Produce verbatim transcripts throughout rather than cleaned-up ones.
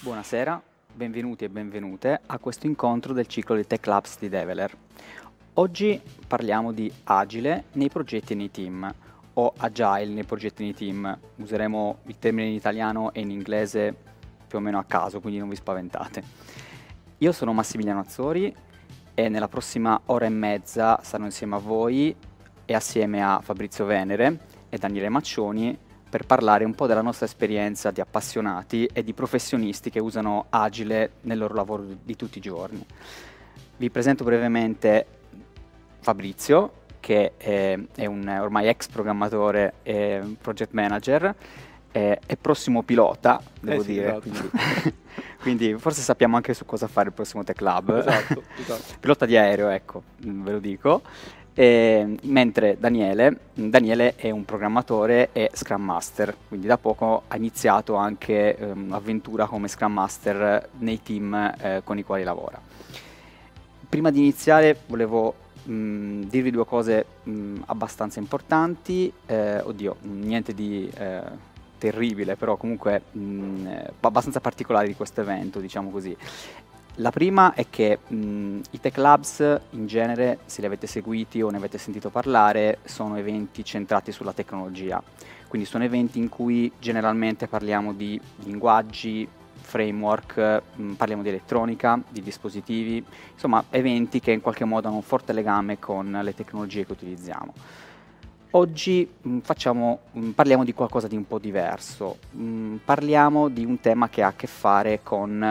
Buonasera, benvenuti e benvenute a questo incontro del ciclo di Tech Labs di Develer. Oggi parliamo di agile nei progetti e nei team, o agile nei progetti e nei team. Useremo il termine in italiano e in inglese più o meno a caso, quindi non vi spaventate. Io sono Massimiliano Azzori e nella prossima ora e mezza sarò insieme a voi e assieme a Fabrizio Venere e Daniele Maccioni per parlare un po' della nostra esperienza di appassionati e di professionisti che usano Agile nel loro lavoro di tutti i giorni. Vi presento brevemente Fabrizio, che è, è un ormai ex programmatore e project manager, è, è prossimo pilota, devo eh sì, dire, esatto. quindi, quindi forse sappiamo anche su cosa fare il prossimo Tech Lab. Esatto, esatto. Pilota di aereo, ecco, ve lo dico. E, mentre Daniele, Daniele è un programmatore e Scrum Master, quindi da poco ha iniziato anche un'avventura um, come Scrum Master nei team eh, con i quali lavora. Prima di iniziare volevo mh, dirvi due cose mh, abbastanza importanti, eh, oddio, niente di eh, terribile, però comunque mh, abbastanza particolari di questo evento, diciamo così. La prima è che mh, i Tech Labs in genere, se li avete seguiti o ne avete sentito parlare, sono eventi centrati sulla tecnologia. Quindi sono eventi in cui generalmente parliamo di linguaggi, framework, mh, parliamo di elettronica, di dispositivi, insomma eventi che in qualche modo hanno un forte legame con le tecnologie che utilizziamo. Oggi mh, facciamo, mh, parliamo di qualcosa di un po' diverso, mh, parliamo di un tema che ha a che fare con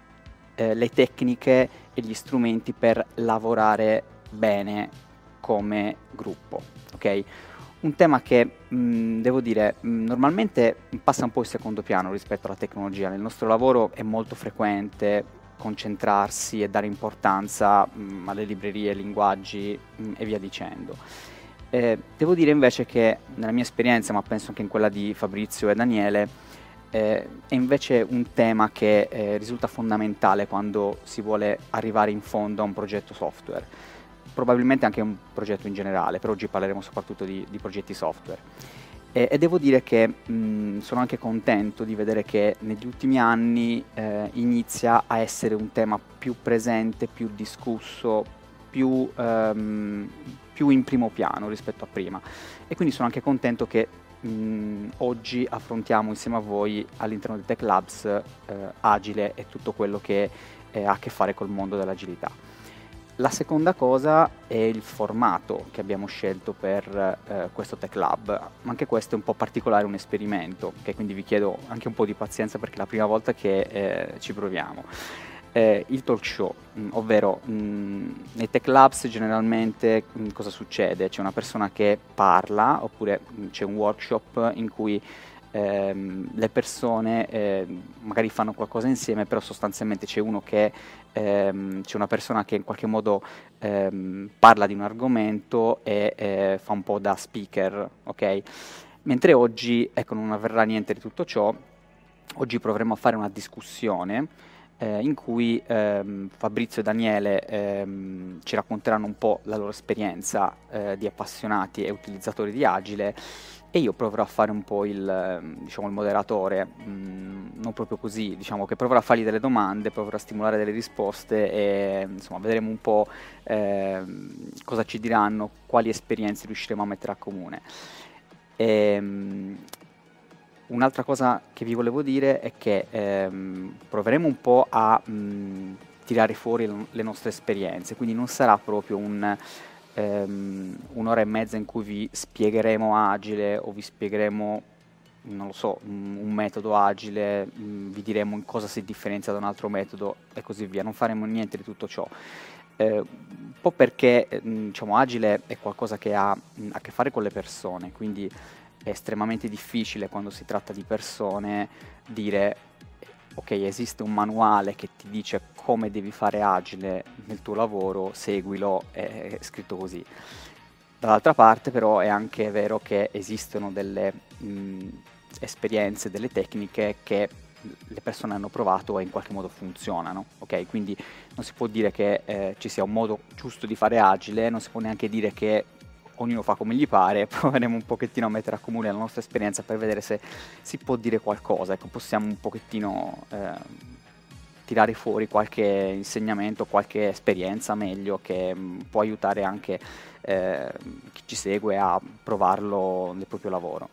le tecniche e gli strumenti per lavorare bene come gruppo, ok? Un tema che mh, devo dire mh, normalmente passa un po' in secondo piano rispetto alla tecnologia. Nel nostro lavoro è molto frequente concentrarsi e dare importanza mh, alle librerie, ai linguaggi mh, e via dicendo. Eh, devo dire invece che nella mia esperienza, ma penso anche in quella di Fabrizio e Daniele, Eh, è invece un tema che eh, risulta fondamentale quando si vuole arrivare in fondo a un progetto software, probabilmente anche un progetto in generale, per oggi parleremo soprattutto di, di progetti software. E, e devo dire che mh, sono anche contento di vedere che negli ultimi anni eh, inizia a essere un tema più presente, più discusso, più, ehm, più in primo piano rispetto a prima. E quindi sono anche contento che Mm, oggi affrontiamo insieme a voi all'interno di Tech Labs eh, Agile e tutto quello che eh, ha a che fare col mondo dell'agilità. La seconda cosa è il formato che abbiamo scelto per eh, questo Tech Lab. Anche questo è un po' particolare, un esperimento, che quindi vi chiedo anche un po' di pazienza perché è la prima volta che eh, ci proviamo. Eh, il talk show, mh, ovvero mh, nei Tech Labs generalmente mh, cosa succede? C'è una persona che parla oppure mh, c'è un workshop in cui ehm, le persone eh, magari fanno qualcosa insieme, però sostanzialmente c'è uno che ehm, c'è una persona che in qualche modo ehm, parla di un argomento e eh, fa un po' da speaker, ok? Mentre oggi, ecco, non avverrà niente di tutto ciò. Oggi proveremo a fare una discussione Eh, in cui ehm, Fabrizio e Daniele ehm, ci racconteranno un po' la loro esperienza eh, di appassionati e utilizzatori di Agile e io proverò a fare un po' il, diciamo, il moderatore, mh, non proprio così, diciamo che proverò a fargli delle domande, proverò a stimolare delle risposte e insomma vedremo un po' eh, cosa ci diranno, quali esperienze riusciremo a mettere a comune. E, Un'altra cosa che vi volevo dire è che ehm, proveremo un po' a mh, tirare fuori l- le nostre esperienze, quindi non sarà proprio un, ehm, un'ora e mezza in cui vi spiegheremo Agile o vi spiegheremo, non lo so, un, un metodo Agile, mh, vi diremo in cosa si differenzia da un altro metodo e così via, non faremo niente di tutto ciò. Eh, un po' perché eh, diciamo, Agile è qualcosa che ha mh, a che fare con le persone, quindi è estremamente difficile quando si tratta di persone dire ok, esiste un manuale che ti dice come devi fare Agile nel tuo lavoro, seguilo, è scritto così. Dall'altra parte però è anche vero che esistono delle mh, esperienze, delle tecniche che le persone hanno provato e in qualche modo funzionano, ok? Quindi non si può dire che eh, ci sia un modo giusto di fare Agile, non si può neanche dire che ognuno fa come gli pare. Proveremo un pochettino a mettere a comune la nostra esperienza per vedere se si può dire qualcosa, ecco, possiamo un pochettino eh, tirare fuori qualche insegnamento, qualche esperienza meglio che mh, può aiutare anche eh, chi ci segue a provarlo nel proprio lavoro.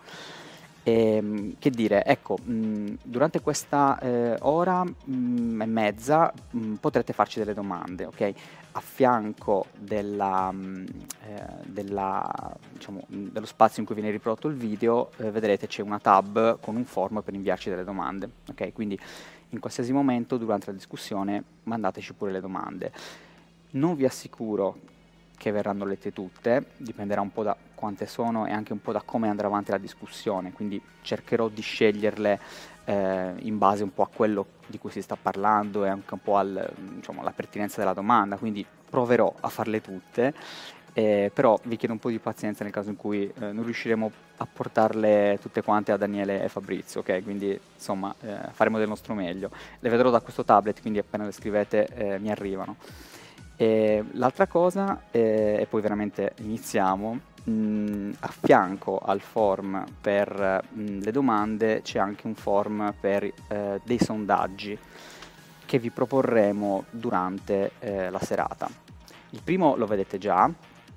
E, che dire, ecco, mh, durante questa eh, ora mh, e mezza mh, potrete farci delle domande, ok? A fianco della, mh, eh, della, diciamo, mh, dello spazio in cui viene riprodotto il video, eh, vedrete c'è una tab con un form per inviarci delle domande, ok? Quindi in qualsiasi momento durante la discussione mandateci pure le domande. Non vi assicuro che verranno lette tutte, dipenderà un po' da quante sono e anche un po' da come andrà avanti la discussione, quindi cercherò di sceglierle eh, in base un po' a quello di cui si sta parlando e anche un po' al, diciamo, alla pertinenza della domanda, quindi proverò a farle tutte, eh, però vi chiedo un po' di pazienza nel caso in cui eh, non riusciremo a portarle tutte quante a Daniele e Fabrizio, ok? Quindi insomma eh, faremo del nostro meglio. Le vedrò da questo tablet, quindi appena le scrivete eh, mi arrivano. E l'altra cosa, eh, e poi veramente iniziamo, mh, a fianco al form per mh, le domande c'è anche un form per eh, dei sondaggi che vi proporremo durante eh, la serata. Il primo lo vedete già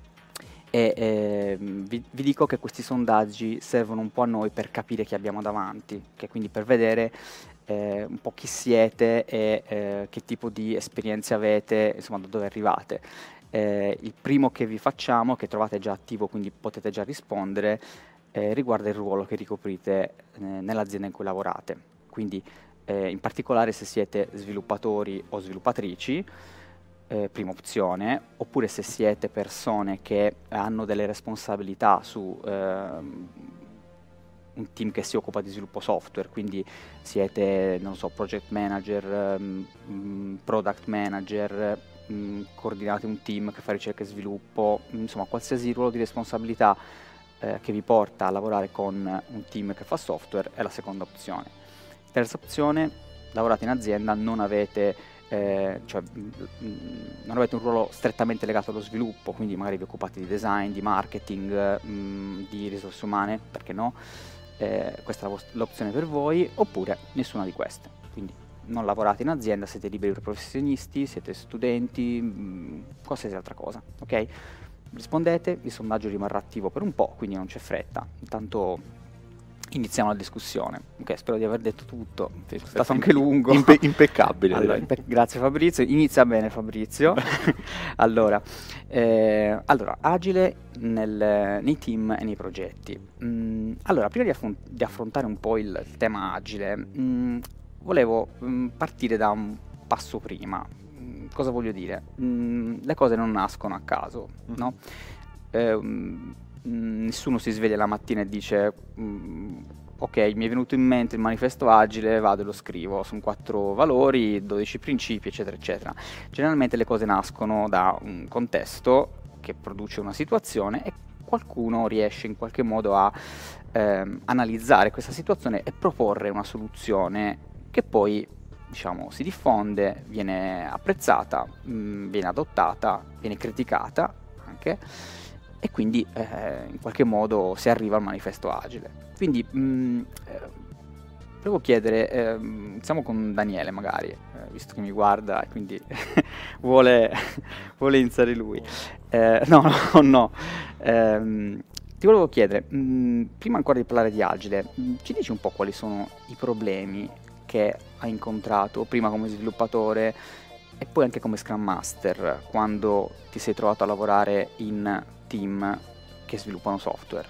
e eh, vi, vi dico che questi sondaggi servono un po' a noi per capire chi abbiamo davanti, che quindi per vedere Eh, un po' chi siete e eh, che tipo di esperienze avete, insomma da dove arrivate. Eh, il primo che vi facciamo, che trovate già attivo, quindi potete già rispondere, eh, riguarda il ruolo che ricoprite eh, nell'azienda in cui lavorate. Quindi eh, in particolare se siete sviluppatori o sviluppatrici, eh, prima opzione, oppure se siete persone che hanno delle responsabilità su ehm, un team che si occupa di sviluppo software, quindi siete, non so, project manager, um, product manager, um, coordinate un team che fa ricerca e sviluppo, insomma qualsiasi ruolo di responsabilità eh, che vi porta a lavorare con un team che fa software è la seconda opzione. Terza opzione, lavorate in azienda, non avete, eh, cioè, mh, non avete un ruolo strettamente legato allo sviluppo, quindi magari vi occupate di design, di marketing, mh, di risorse umane, perché no? Eh, questa è l'opzione per voi, oppure nessuna di queste. Quindi non lavorate in azienda, siete liberi professionisti, siete studenti, mh, qualsiasi altra cosa, ok? Rispondete, il sondaggio rimarrà attivo per un po', quindi non c'è fretta. Intanto iniziamo la discussione. Ok, spero di aver detto tutto, è stato anche lungo. Impe impeccabile. Allora, impe grazie Fabrizio, inizia bene Fabrizio. allora, eh, allora, agile nel, nei team e nei progetti. Mm, allora, prima di, affron di affrontare un po' il, il tema agile, mm, volevo mm, partire da un passo prima. Mm, cosa voglio dire? Mm, le cose non nascono a caso, mm-hmm. no? Eh, mm, nessuno si sveglia la mattina e dice mm, ok, mi è venuto in mente il manifesto agile, vado e lo scrivo, sono quattro valori, dodici principi, eccetera, eccetera. Generalmente le cose nascono da un contesto che produce una situazione e qualcuno riesce in qualche modo a ehm, analizzare questa situazione e proporre una soluzione che poi, diciamo, si diffonde, viene apprezzata, mh, viene adottata, viene criticata anche, e quindi eh, in qualche modo si arriva al manifesto agile. Quindi mh, eh, volevo chiedere, eh, iniziamo con Daniele magari, eh, visto che mi guarda e quindi vuole, vuole iniziare lui. Eh, no, no, no. Eh, ti volevo chiedere, mh, prima ancora di parlare di agile, mh, ci dici un po' quali sono i problemi che hai incontrato prima come sviluppatore e poi anche come Scrum Master quando ti sei trovato a lavorare in team che sviluppano software?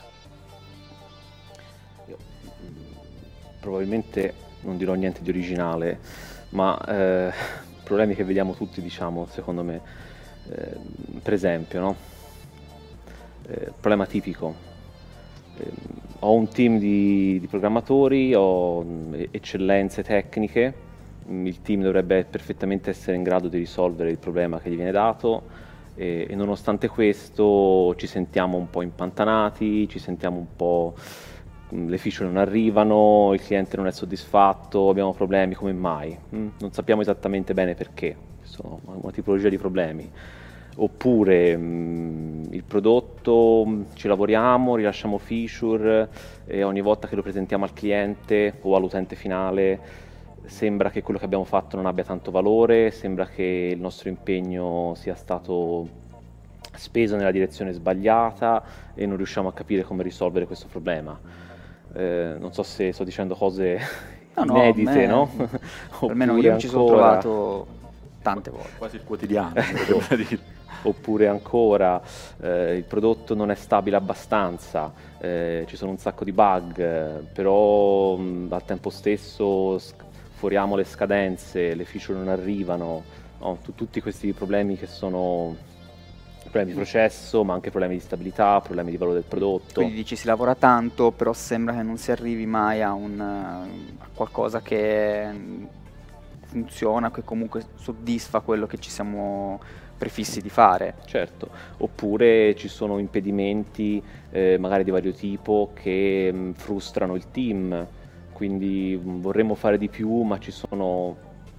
Io, probabilmente non dirò niente di originale, ma eh, problemi che vediamo tutti, diciamo, secondo me. Eh, per esempio, no? Eh, problema tipico. Eh, ho un team di, di programmatori, ho eccellenze tecniche, il team dovrebbe perfettamente essere in grado di risolvere il problema che gli viene dato, e, e nonostante questo ci sentiamo un po' impantanati, ci sentiamo un po', le feature non arrivano, il cliente non è soddisfatto, abbiamo problemi, come mai? Mm? Non sappiamo esattamente bene perché, sono una tipologia di problemi. Oppure mh, il prodotto, mh, ci lavoriamo, rilasciamo feature e ogni volta che lo presentiamo al cliente o all'utente finale sembra che quello che abbiamo fatto non abbia tanto valore, sembra che il nostro impegno sia stato speso nella direzione sbagliata e non riusciamo a capire come risolvere questo problema. Eh, non so se sto dicendo cose No, no, inedite, me- no? almeno Oppure io mi ci sono ancora- trovato tante volte. Quasi il quotidiano, potrebbe dire. Oppure ancora eh, il prodotto non è stabile abbastanza, eh, ci sono un sacco di bug, eh, però mh, al tempo stesso sc- sforiamo le scadenze, le feature non arrivano, no? Tu- tutti questi problemi che sono problemi di processo, ma anche problemi di stabilità, problemi di valore del prodotto. Quindi dici si lavora tanto, però sembra che non si arrivi mai a, un, eh, a qualcosa che mm, funziona, che comunque soddisfa quello che ci siamo prefissi di fare. Certo, oppure ci sono impedimenti eh, magari di vario tipo che mh, frustrano il team, quindi mh, vorremmo fare di più ma ci sono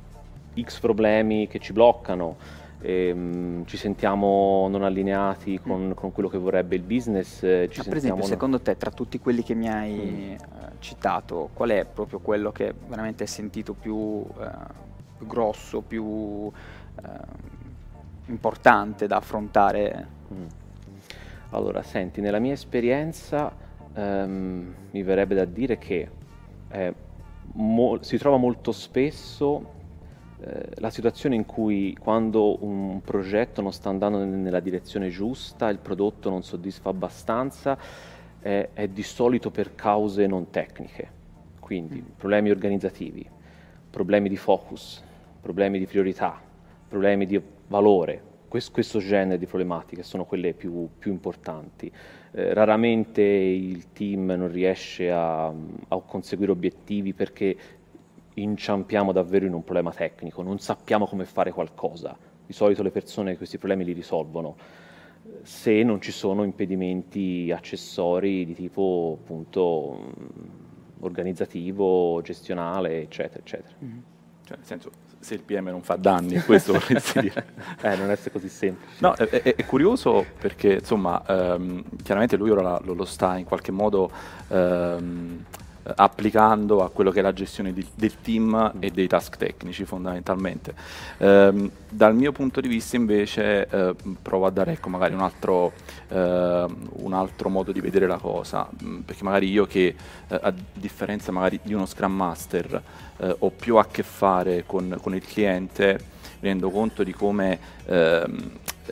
X problemi che ci bloccano, e, mh, ci sentiamo non allineati con, con quello che vorrebbe il business, eh, ci Ah, per sentiamo esempio, non- secondo te, tra tutti quelli che mi hai Mm. eh, citato, qual è proprio quello che veramente hai sentito più, eh, più grosso, più eh, importante da affrontare? Mm. Allora, senti, nella mia esperienza ehm, mi verrebbe da dire che eh, mo- si trova molto spesso eh, la situazione in cui quando un progetto non sta andando nel- nella direzione giusta, il prodotto non soddisfa abbastanza, è, è di solito per cause non tecniche, quindi problemi organizzativi, problemi di focus, problemi di priorità, problemi di valore. Quest- questo genere di problematiche sono quelle più, più importanti. Eh, raramente il team non riesce a, a conseguire obiettivi perché inciampiamo davvero in un problema tecnico, non sappiamo come fare qualcosa. Di solito le persone questi problemi li risolvono eh, se non ci sono impedimenti accessori di tipo appunto mh, organizzativo, gestionale, eccetera, eccetera. Cioè, nel senso, se il P M non fa danni, questo vorresti dire. Eh, non è così semplice. No, è, è- è curioso perché, insomma, ehm, chiaramente lui ora lo, lo sta in qualche modo ehm, eh, applicando a quello che è la gestione di- del team e dei task tecnici, fondamentalmente. Ehm, dal mio punto di vista, invece, eh, provo a dare, ecco, magari un altro, ehm, un altro modo di vedere la cosa, mh, perché magari io che, eh, a differenza magari di uno Scrum Master, eh, ho più a che fare con, con il cliente, mi rendo conto di come ehm,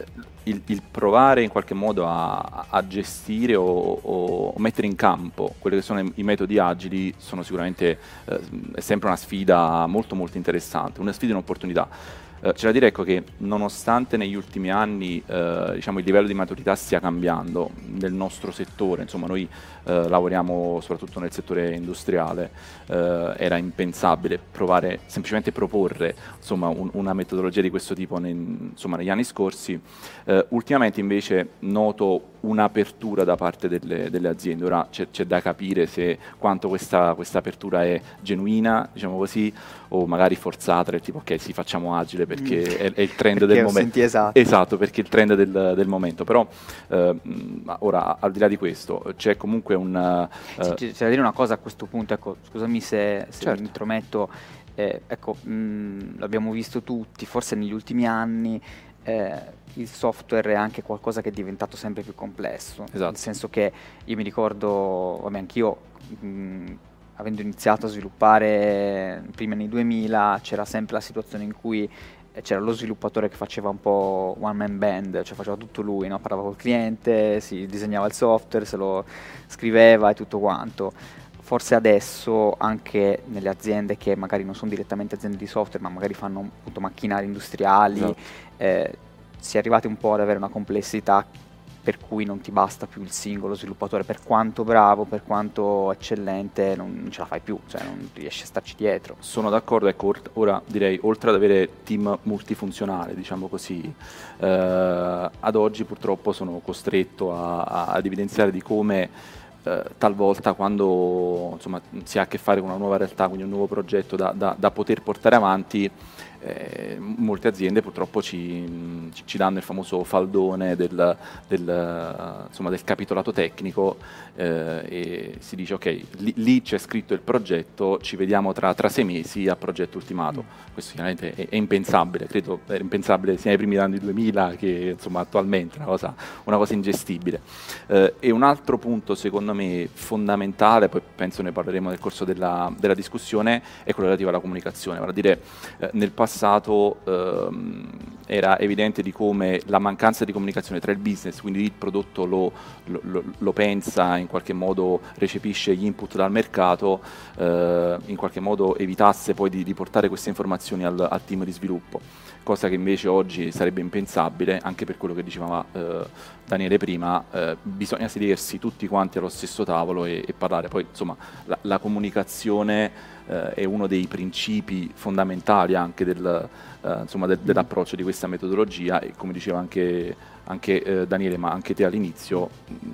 il, il provare in qualche modo a, a gestire o, o mettere in campo quelli che sono i, i metodi agili sono sicuramente eh, è sempre una sfida molto molto interessante, una sfida e un'opportunità. Eh, c'è da dire, ecco, che nonostante negli ultimi anni eh, diciamo, il livello di maturità stia cambiando nel nostro settore, insomma noi eh, lavoriamo soprattutto nel settore industriale, eh, era impensabile provare, semplicemente proporre insomma, un- una metodologia di questo tipo ne- insomma, negli anni scorsi. Eh, ultimamente invece noto un'apertura da parte delle, delle aziende. Ora c'è, c'è da capire se quanto questa, questa apertura è genuina, diciamo così, o magari forzata, del tipo ok, sì, facciamo agile perché è, è il trend Perché del lo momento. senti esatto. Esatto, perché è il trend del, del momento. Però eh, mh, ora, al di là di questo, c'è comunque un... eh, Sì, c'è c'è da dire una cosa a questo punto, ecco, scusami se, se Certo. mi intrometto, eh, ecco, mh, l'abbiamo visto tutti, forse negli ultimi anni eh, il software è anche qualcosa che è diventato sempre più complesso, Esatto. nel senso che io mi ricordo, vabbè, anch'io mh, avendo iniziato a sviluppare prima nei duemila, c'era sempre la situazione in cui eh, c'era lo sviluppatore che faceva un po' one man band, cioè faceva tutto lui, no? Parlava col cliente, si disegnava il software, se lo scriveva e tutto quanto. Forse adesso anche nelle aziende che magari non sono direttamente aziende di software, ma magari fanno appunto macchinari industriali, Esatto. eh, si è arrivati un po' ad avere una complessità per cui non ti basta più il singolo sviluppatore, per quanto bravo, per quanto eccellente, non ce la fai più, cioè non riesci a starci dietro. Sono d'accordo, ecco, or- ora direi, oltre ad avere team multifunzionale, diciamo così, eh, ad oggi purtroppo sono costretto a- a- ad evidenziare di come eh, talvolta quando insomma, si ha a che fare con una nuova realtà, quindi un nuovo progetto da, da- da poter portare avanti, eh, molte aziende purtroppo ci, ci danno il famoso faldone del, del, insomma, del capitolato tecnico eh, e si dice ok, lì, lì c'è scritto il progetto, ci vediamo tra, tra sei mesi a progetto ultimato. Questo chiaramente è, è impensabile, credo è impensabile sia nei primi anni duemila che insomma, attualmente, una cosa, una cosa ingestibile. Eh, e un altro punto secondo me fondamentale, poi penso ne parleremo nel corso della, della discussione, è quello relativo alla comunicazione. Vale a dire, eh, nel passato ehm, era evidente di come la mancanza di comunicazione tra il business, quindi il prodotto lo, lo, lo pensa, in qualche modo recepisce gli input dal mercato, eh, in qualche modo evitasse poi di, di portare queste informazioni al, al team di sviluppo, cosa che invece oggi sarebbe impensabile, anche per quello che diceva eh, Daniele prima, eh, bisogna sedersi tutti quanti allo stesso tavolo e, e parlare. Poi insomma la, la comunicazione eh, è uno dei principi fondamentali anche del, eh, insomma, del, dell'approccio di questa metodologia e come diceva anche, anche eh, Daniele, ma anche te all'inizio,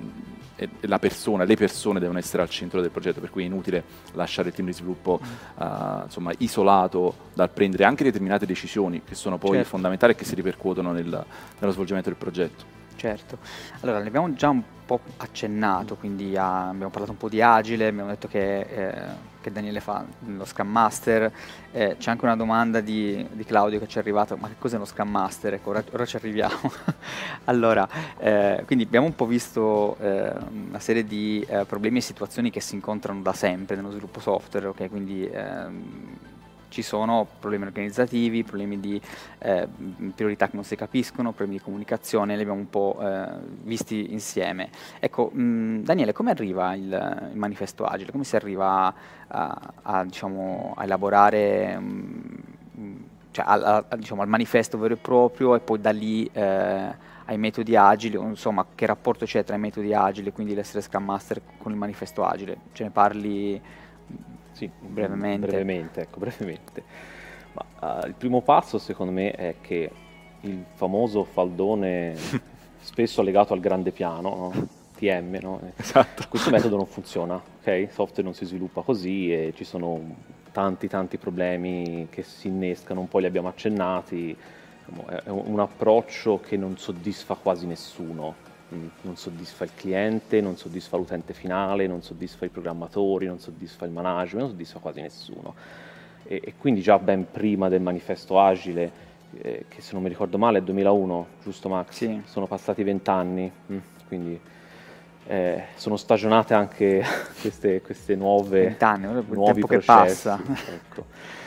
la persona, le persone devono essere al centro del progetto, per cui è inutile lasciare il team di sviluppo uh, insomma, isolato dal prendere anche determinate decisioni che sono poi certo. fondamentali e che si ripercuotono nel, nello svolgimento del progetto. Certo, allora ne abbiamo già un po' accennato, quindi a, abbiamo parlato un po' di Agile, abbiamo detto che, eh, che Daniele fa lo Scrum Master, eh, c'è anche una domanda di, di Claudio che ci è arrivata, ma che cos'è lo Scrum Master? Ecco, ora, ora ci arriviamo. Allora, eh, quindi abbiamo un po' visto eh, una serie di eh, problemi e situazioni che si incontrano da sempre nello sviluppo software, ok? Quindi ehm, ci sono problemi organizzativi, problemi di eh, priorità che non si capiscono, problemi di comunicazione, li abbiamo un po' eh, visti insieme. Ecco, mh, Daniele, come arriva il, il manifesto Agile? Come si arriva a, a, diciamo, a elaborare, mh, cioè a, a, diciamo, al manifesto vero e proprio e poi da lì eh, ai metodi agili, o insomma che rapporto c'è tra i metodi agili e quindi l'essere Scrum Master con il manifesto Agile? Ce ne parli? Sì, brevemente. brevemente, ecco, brevemente. Ma, uh, il primo passo secondo me è che il famoso faldone spesso legato al grande piano, no? T M, no? Esatto. Questo metodo non funziona, ok? Il software non si sviluppa così e ci sono tanti tanti problemi che si innescano, un po' li abbiamo accennati, è un approccio che non soddisfa quasi nessuno. Non soddisfa il cliente, non soddisfa l'utente finale, non soddisfa i programmatori, non soddisfa il management, non soddisfa quasi nessuno. E, e quindi già ben prima del manifesto Agile, eh, che se non mi ricordo male è duemilauno, giusto Max? Sì. Sono passati vent'anni, mm, quindi eh, sono stagionate anche queste, queste nuove vent'anni, il nuovi tempo processi. Che passa. Ecco.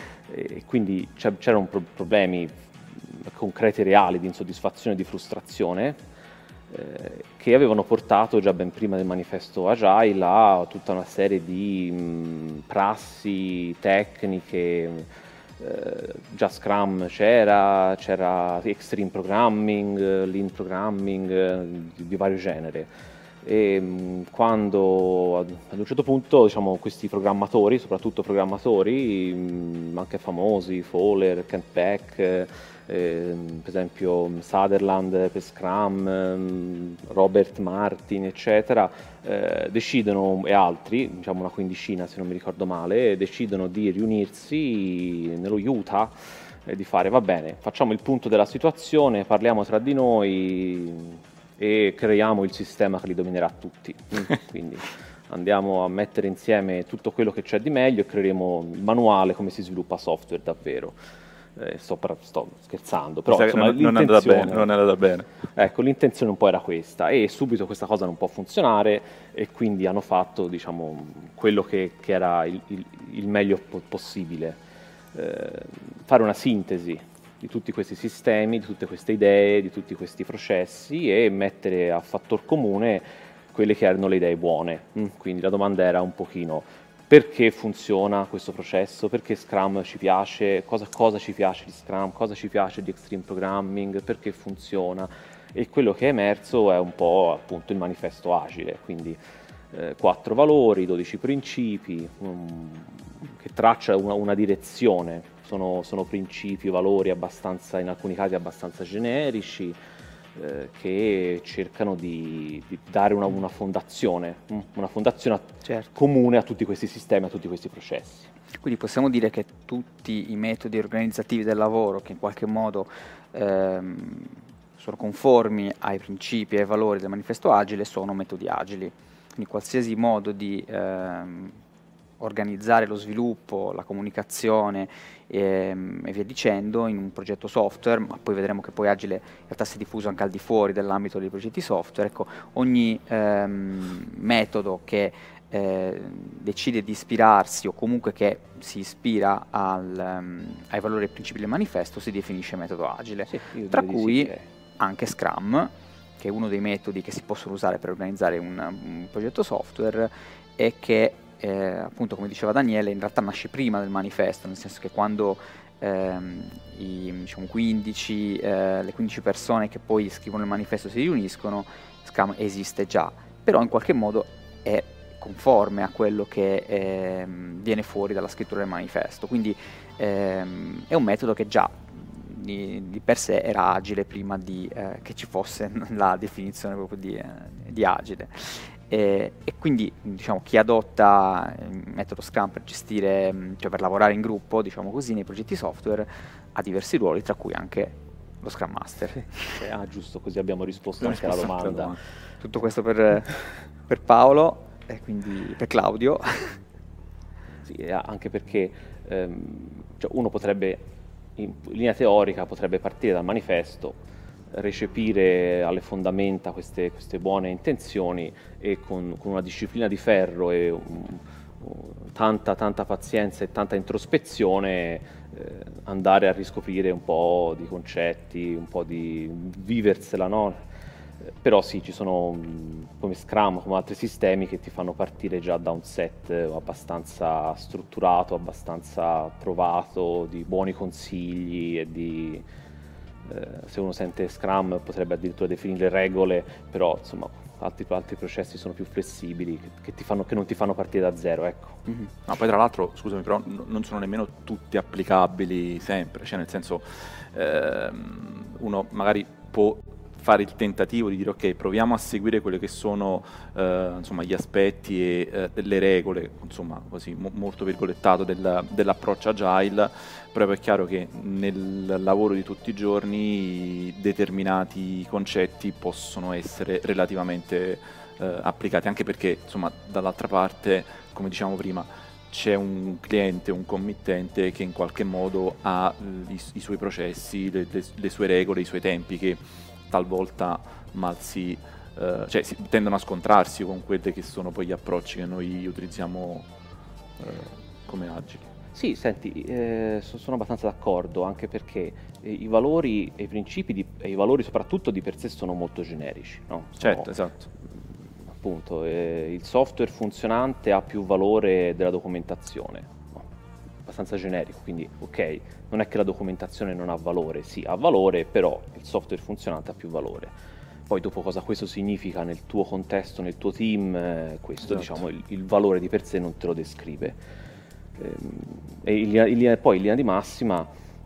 E quindi c'erano pro- problemi concreti e reali di insoddisfazione e di frustrazione, Eh, che avevano portato già ben prima del manifesto Agile a tutta una serie di mh, prassi, tecniche, eh, già Scrum c'era, c'era Extreme Programming, Lean Programming, eh, di, di vario genere. E mh, quando ad, ad un certo punto diciamo, questi programmatori, soprattutto programmatori, mh, anche famosi, Fowler, Kent Beck, eh, Eh, per esempio Sutherland per Scrum, ehm, Robert Martin, eccetera, eh, decidono, e altri, diciamo una quindicina se non mi ricordo male, decidono di riunirsi nello Utah e di fare, va bene, facciamo il punto della situazione, parliamo tra di noi e creiamo il sistema che li dominerà tutti. Quindi andiamo a mettere insieme tutto quello che c'è di meglio e creeremo il manuale come si sviluppa software davvero. Eh, sto, sto scherzando, però insomma, non, non è andata bene, non è andata bene. Ecco, l'intenzione un po' era questa e subito questa cosa non può funzionare e quindi hanno fatto diciamo, quello che, che era il, il, il meglio po- possibile, eh, fare una sintesi di tutti questi sistemi, di tutte queste idee, di tutti questi processi e mettere a fattor comune quelle che erano le idee buone. Quindi la domanda era un pochino: perché funziona questo processo, perché Scrum ci piace, cosa, cosa ci piace di Scrum, cosa ci piace di Extreme Programming, perché funziona. E quello che è emerso è un po' appunto il manifesto Agile, quindi eh, quattro valori, dodici principi, um, che traccia una, una direzione, sono, sono principi, valori abbastanza, in alcuni casi abbastanza generici, eh, che cercano di, di dare una, una fondazione, una fondazione a- Certo. comune a tutti questi sistemi, a tutti questi processi. Quindi possiamo dire che tutti i metodi organizzativi del lavoro che in qualche modo ehm, sono conformi ai principi e ai valori del manifesto agile sono metodi agili. Quindi qualsiasi modo di ehm, organizzare lo sviluppo, la comunicazione ehm, e via dicendo in un progetto software, ma poi vedremo che poi agile in realtà si è diffuso anche al di fuori dell'ambito dei progetti software. Ecco, ogni ehm, metodo che eh, decide di ispirarsi o comunque che si ispira al, um, ai valori e principi del manifesto si definisce metodo agile, Sì, io tra direi di cui sì, che- anche Scrum, che è uno dei metodi che si possono usare per organizzare un, un progetto software e che eh, appunto, come diceva Daniele, in realtà nasce prima del manifesto, nel senso che quando ehm, i, diciamo, quindici, eh, le quindici persone che poi scrivono il manifesto si riuniscono, Scrum esiste già, però in qualche modo è conforme a quello che ehm, viene fuori dalla scrittura del manifesto, quindi ehm, è un metodo che già di, di per sé era agile prima di, eh, che ci fosse la definizione proprio di, eh, di agile. E, e quindi diciamo, chi adotta il metodo Scrum per gestire, cioè per lavorare in gruppo, diciamo così, nei progetti software, ha diversi ruoli, tra cui anche lo Scrum Master. Ah, giusto, così abbiamo risposto Abbiamo anche alla risposto anche alla domanda. domanda. Tutto questo per, per Paolo e quindi per Claudio. Sì, e anche perché ehm, cioè uno potrebbe, in linea teorica, potrebbe partire dal manifesto, recepire alle fondamenta queste, queste buone intenzioni e con, con una disciplina di ferro e un, un- tanta, tanta pazienza e tanta introspezione eh, andare a riscoprire un po' di concetti, un po' di viversela, no? Eh, Però sì, ci sono mh, come Scrum, come altri sistemi che ti fanno partire già da un set eh, abbastanza strutturato, abbastanza provato, di buoni consigli e di eh, se uno sente Scrum potrebbe addirittura definire regole, però insomma altri, altri processi sono più flessibili che, che ti fanno- che non ti fanno partire da zero, ecco. Mhm. No, poi tra l'altro, scusami, però n- non sono nemmeno tutti applicabili sempre, cioè nel senso ehm, uno magari può fare il tentativo di dire ok, proviamo a seguire quelli che sono eh, insomma, gli aspetti e eh, delle regole, insomma così mo- molto virgolettato del- dell'approccio agile, però è chiaro che nel lavoro di tutti i giorni determinati concetti possono essere relativamente eh, applicati, anche perché insomma dall'altra parte, come diciamo prima, c'è un cliente, un committente che in qualche modo ha eh, i, i suoi processi, le, le- le sue regole, i suoi tempi che talvolta mal si, eh, cioè si tendono a scontrarsi con quelli che sono poi gli approcci che noi utilizziamo eh, come agili. Sì, senti, eh, so- sono abbastanza d'accordo, anche perché eh, i valori e i principi di- e i valori soprattutto di per sé sono molto generici, no? Sono, Certo, esatto. mm, appunto, eh, il software funzionante ha più valore della documentazione, no? Abbastanza generico, quindi ok, non è che la documentazione non ha valore, sì, ha valore, però il software funzionante ha più valore. Poi dopo cosa questo significa nel tuo contesto, nel tuo team, eh, questo Esatto. diciamo il, il valore di per sé non te lo descrive. Ehm, E in linea- in linea- poi in linea di massima,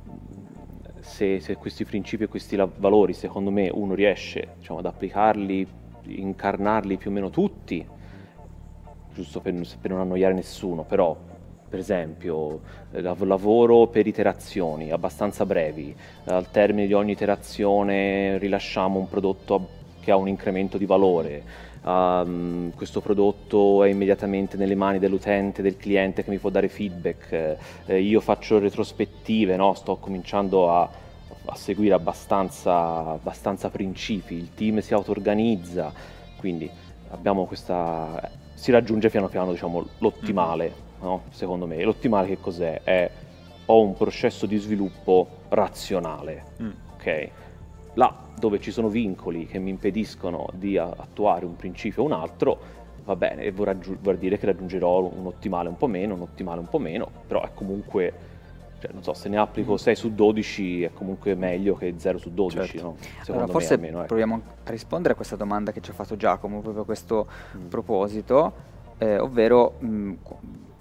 se, se questi principi e questi la- valori, secondo me, uno riesce, diciamo, ad applicarli, incarnarli più o meno tutti, giusto per, per non annoiare nessuno, però, per esempio, eh, lav- lavoro per iterazioni abbastanza brevi, al termine di ogni iterazione rilasciamo un prodotto che ha un incremento di valore. Um, questo prodotto è immediatamente nelle mani dell'utente, del cliente che mi può dare feedback, eh, io faccio retrospettive, no? Sto cominciando a, a seguire abbastanza, abbastanza principi, il team si auto-organizza, quindi abbiamo questa, si raggiunge piano piano, diciamo, l'ottimale, no? Secondo me. E l'ottimale che cos'è? È ho un processo di sviluppo razionale, Mm. ok? Là dove ci sono vincoli che mi impediscono di a- attuare un principio o un altro, va bene, vuol, raggiu- vuol dire che raggiungerò un ottimale un po' meno, un ottimale un po' meno, però è comunque, cioè, non so, se ne applico sei su dodici è comunque meglio che zero su dodici, Certo. no? Secondo Allora, me forse almeno, ecco. proviamo a rispondere a questa domanda che ci ha fatto Giacomo proprio a questo Mm. proposito, eh, ovvero mh, qu-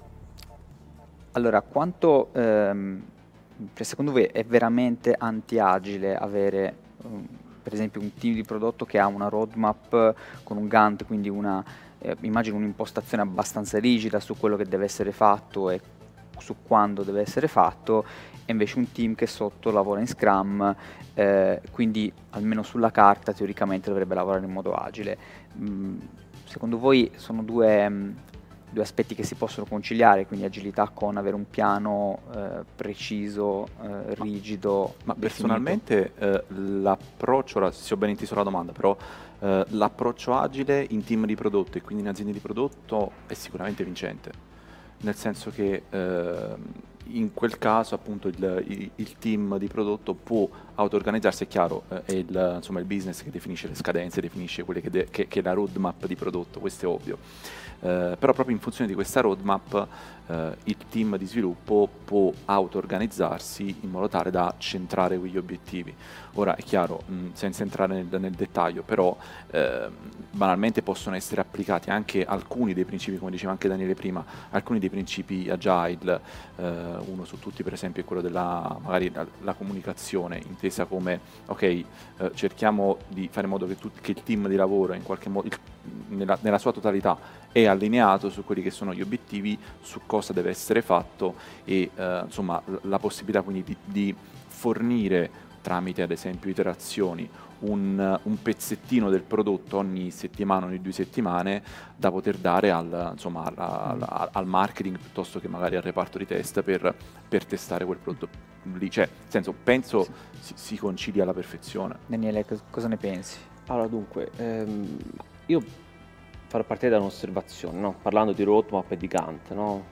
allora quanto ehm, cioè, secondo voi è veramente anti-agile avere um, per esempio un team di prodotto che ha una roadmap con un Gantt, quindi una, eh, immagino un'impostazione abbastanza rigida su quello che deve essere fatto e su quando deve essere fatto, e invece un team che sotto lavora in Scrum, eh, quindi almeno sulla carta teoricamente dovrebbe lavorare in modo agile. Mm, secondo voi sono due, mh, due aspetti che si possono conciliare, quindi agilità con avere un piano eh, preciso, eh, rigido? Ma definito? personalmente eh, l'approccio, ora se ho ben inteso la domanda, però eh, l'approccio agile in team di prodotto e quindi in aziende di prodotto è sicuramente vincente, nel senso che eh, in quel caso appunto il, il, il team di prodotto può auto-organizzarsi, è chiaro, eh, è il, insomma, il business che definisce le scadenze, definisce quelle che, de- che, che è la roadmap di prodotto, questo è ovvio. Eh, però proprio in funzione di questa roadmap eh, il team di sviluppo può auto-organizzarsi in modo tale da centrare quegli obiettivi. Ora è chiaro, mh, senza entrare nel, nel dettaglio, però eh, banalmente possono essere applicati anche alcuni dei principi, come diceva anche Daniele prima, alcuni dei principi agile, eh, uno su tutti per esempio è quello della magari la, la comunicazione, intesa come ok, eh, cerchiamo di fare in modo che, tut- che il team di lavoro in qualche modo, il, nella, nella sua totalità, è allineato su quelli che sono gli obiettivi, su cosa deve essere fatto e eh, insomma la possibilità quindi di, di fornire tramite ad esempio iterazioni un, un pezzettino del prodotto ogni settimana, ogni due settimane da poter dare al, insomma, al, al, al marketing piuttosto che magari al reparto di test per, per testare quel prodotto lì. Cioè, nel senso, penso si, si concilia alla perfezione. Daniele, cos- cosa ne pensi? Allora, dunque, ehm, io farò partire da un'osservazione, no? Parlando di roadmap e di Gantt, no?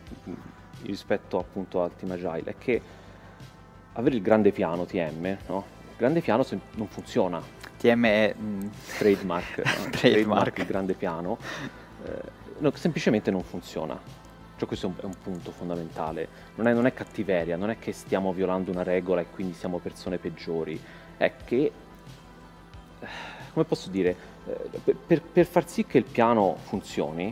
Rispetto appunto al team agile, è che avere il grande piano T M, no? Il grande piano se- non funziona. T M è mh, Trademark, no? Trademark, il grande piano, eh, no, semplicemente non funziona. Cioè questo è un, è un punto fondamentale. Non è, non è cattiveria, non è che stiamo violando una regola e quindi siamo persone peggiori. È che, eh, come posso dire, eh, per, per far sì che il piano funzioni,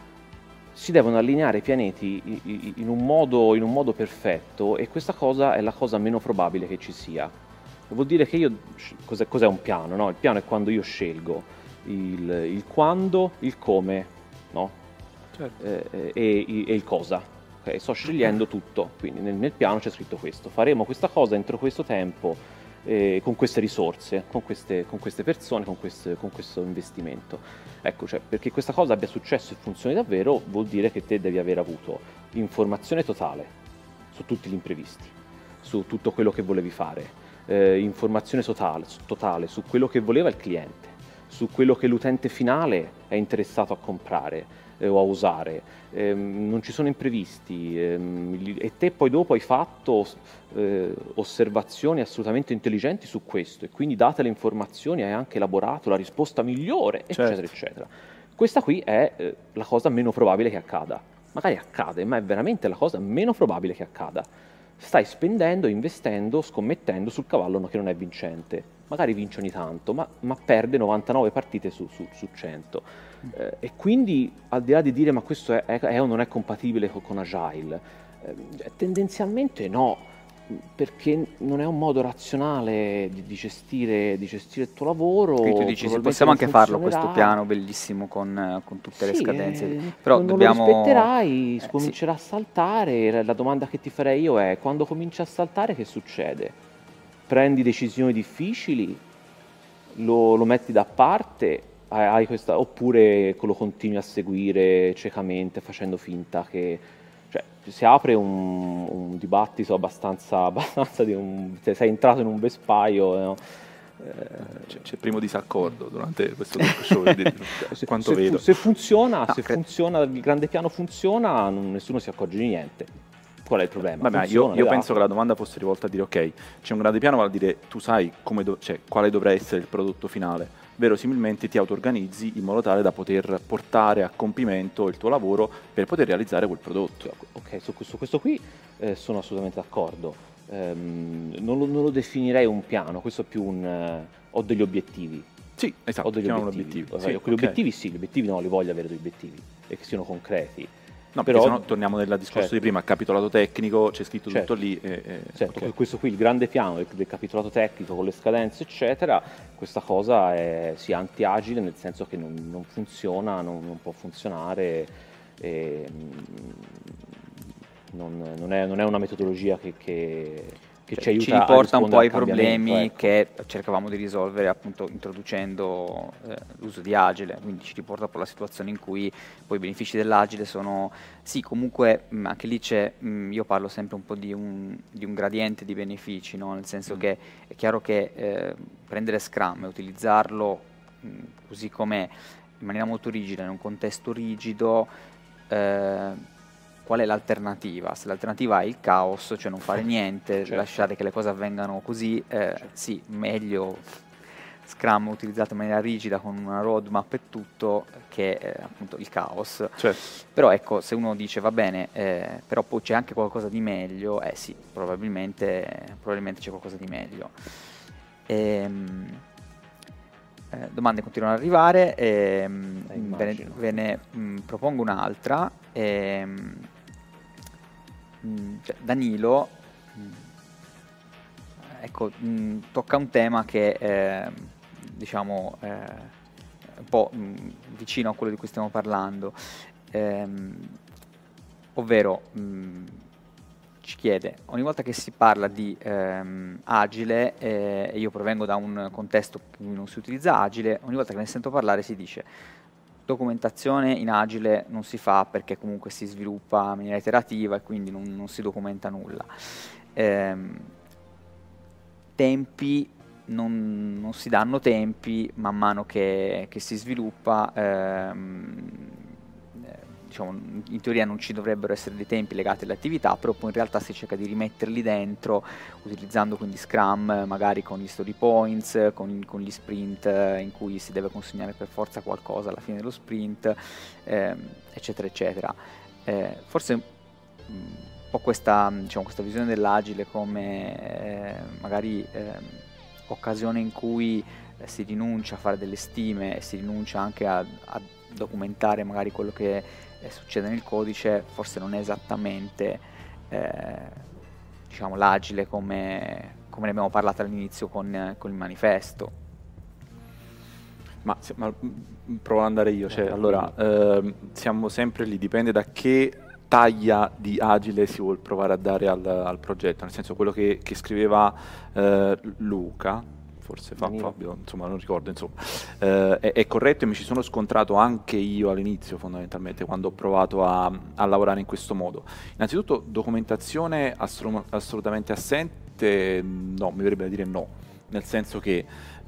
si devono allineare i pianeti i- i- in un modo, in un modo perfetto, e questa cosa è la cosa meno probabile che ci sia. Vuol dire che io, cos'è, cos'è un piano? No? Il piano è quando io scelgo il, il quando, il come, no? Certo. Eh, eh, e, e il cosa. Okay? Sto scegliendo tutto, quindi nel, nel piano c'è scritto questo. Faremo questa cosa entro questo tempo, eh, con queste risorse, con queste, con queste persone, con, queste, con questo investimento. Ecco, cioè, perché questa cosa abbia successo e funzioni davvero, vuol dire che te devi aver avuto informazione totale su tutti gli imprevisti, su tutto quello che volevi fare, eh, informazione totale, totale su quello che voleva il cliente, su quello che l'utente finale è interessato a comprare eh, o a usare. Ehm, non ci sono imprevisti, ehm, e te poi dopo hai fatto eh, osservazioni assolutamente intelligenti su questo, e quindi date le informazioni hai anche elaborato la risposta migliore, eccetera, Certo. eccetera. Questa qui è eh, la cosa meno probabile che accada. Magari accade, ma è veramente la cosa meno probabile che accada. Stai spendendo, investendo, scommettendo sul cavallo che non è vincente. Magari vince ogni tanto, ma, ma perde novantanove partite su, su, su cento. Eh, e quindi, al di là di dire ma questo è, è, è o non è compatibile con, con Agile, eh, tendenzialmente no, perché non è un modo razionale di, di, gestire, di gestire il tuo lavoro. Quindi tu dici, sì, probabilmente possiamo non anche farlo questo funzionerà. piano bellissimo con, eh, con tutte le Sì, scadenze, eh, però non, non dobbiamo... lo rispetterai, eh, comincerà a saltare. La domanda che ti farei io è: quando comincia a saltare che succede? Prendi decisioni difficili, lo, lo metti da parte, hai, hai questa, oppure lo continui a seguire ciecamente facendo finta che... Cioè, si apre un, un dibattito abbastanza, abbastanza di un... Se sei entrato in un vespaio, no? C'è, c'è il primo disaccordo durante questo talk show, di- se, quanto se, vedo. fu- se funziona, No, se cre- funziona, il grande piano funziona, non- nessuno si accorge di niente. Qual è il problema? Vabbè, Funziona, io, io le penso date. che la domanda fosse rivolta a dire ok, c'è un grande piano, vuol dire tu sai come do- cioè, quale dovrà essere il prodotto finale, verosimilmente ti auto-organizzi in modo tale da poter portare a compimento il tuo lavoro per poter realizzare quel prodotto. Ok, su, su questo qui eh, sono assolutamente d'accordo. Ehm, non, lo, non lo definirei un piano, questo è più un... eh, ho degli obiettivi. Sì, esatto, Ho degli chiamiamolo obiettivi. obiettivi. Ok, Sì, quegli ok. obiettivi sì, gli obiettivi no, li voglio avere degli obiettivi e che siano concreti. No, però, perché se no torniamo nel discorso certo. di prima, capitolato tecnico, c'è scritto certo. tutto lì. E, e certo, okay. questo qui, il grande piano del, del capitolato tecnico con le scadenze, eccetera, questa cosa è sia anti-agile, nel senso che non, non funziona, non, non può funzionare, e, non, non, è, non è una metodologia che... che Che ci, aiuta ci riporta a un po' ai cambiamento, problemi ecco. che cercavamo di risolvere appunto introducendo eh, l'uso di Agile, quindi ci riporta poi alla situazione in cui poi i benefici dell'Agile sono, sì comunque mh, anche lì c'è, mh, io parlo sempre un po' di un, di un gradiente di benefici, no? Nel senso mm. che è chiaro che eh, prendere Scrum e utilizzarlo mh, così com'è, in maniera molto rigida, in un contesto rigido, eh, qual è l'alternativa? Se l'alternativa è il caos, cioè non fare niente, certo. lasciare che le cose avvengano così, eh, certo. sì, meglio Scrum utilizzato in maniera rigida con una roadmap e tutto, che eh, appunto il caos. Certo. Però ecco, se uno dice va bene, eh, però poi c'è anche qualcosa di meglio, eh sì, probabilmente, probabilmente c'è qualcosa di meglio. Ehm, eh, domande continuano ad arrivare, ehm, eh, ve ne, ve ne mh, propongo un'altra. Ehm, mh, cioè, Danilo, mh, ecco, mh, tocca un tema che eh, diciamo eh, è un po' mh, vicino a quello di cui stiamo parlando, ehm, ovvero mh, ci chiede, ogni volta che si parla di ehm, agile, e eh, io provengo da un contesto in cui non si utilizza agile, ogni volta che ne sento parlare si dice documentazione in agile non si fa perché comunque si sviluppa in maniera iterativa e quindi non, non si documenta nulla. Ehm, tempi, non, non si danno tempi man mano che, che si sviluppa, ehm, diciamo, in teoria non ci dovrebbero essere dei tempi legati alle attività, però poi in realtà si cerca di rimetterli dentro utilizzando quindi Scrum, magari con gli story points, con, con gli sprint in cui si deve consegnare per forza qualcosa alla fine dello sprint, ehm, eccetera eccetera. Eh, forse mh, un po' questa, diciamo, questa visione dell'agile come eh, magari eh, occasione in cui eh, si rinuncia a fare delle stime e si rinuncia anche a, a documentare magari quello che eh, succede nel codice, forse non è esattamente eh, diciamo l'agile come, come ne abbiamo parlato all'inizio con, con il manifesto. Ma, ma provo ad andare io, cioè, allora eh, siamo sempre lì, dipende da che taglia di agile si vuole provare a dare al, al progetto, nel senso quello che, che scriveva eh, Luca, forse fa, Fabio, insomma non ricordo, insomma, eh, è, è corretto e mi ci sono scontrato anche io all'inizio fondamentalmente quando ho provato a, a lavorare in questo modo. Innanzitutto documentazione assolu- assolutamente assente, no, mi verrebbe da dire no, nel senso che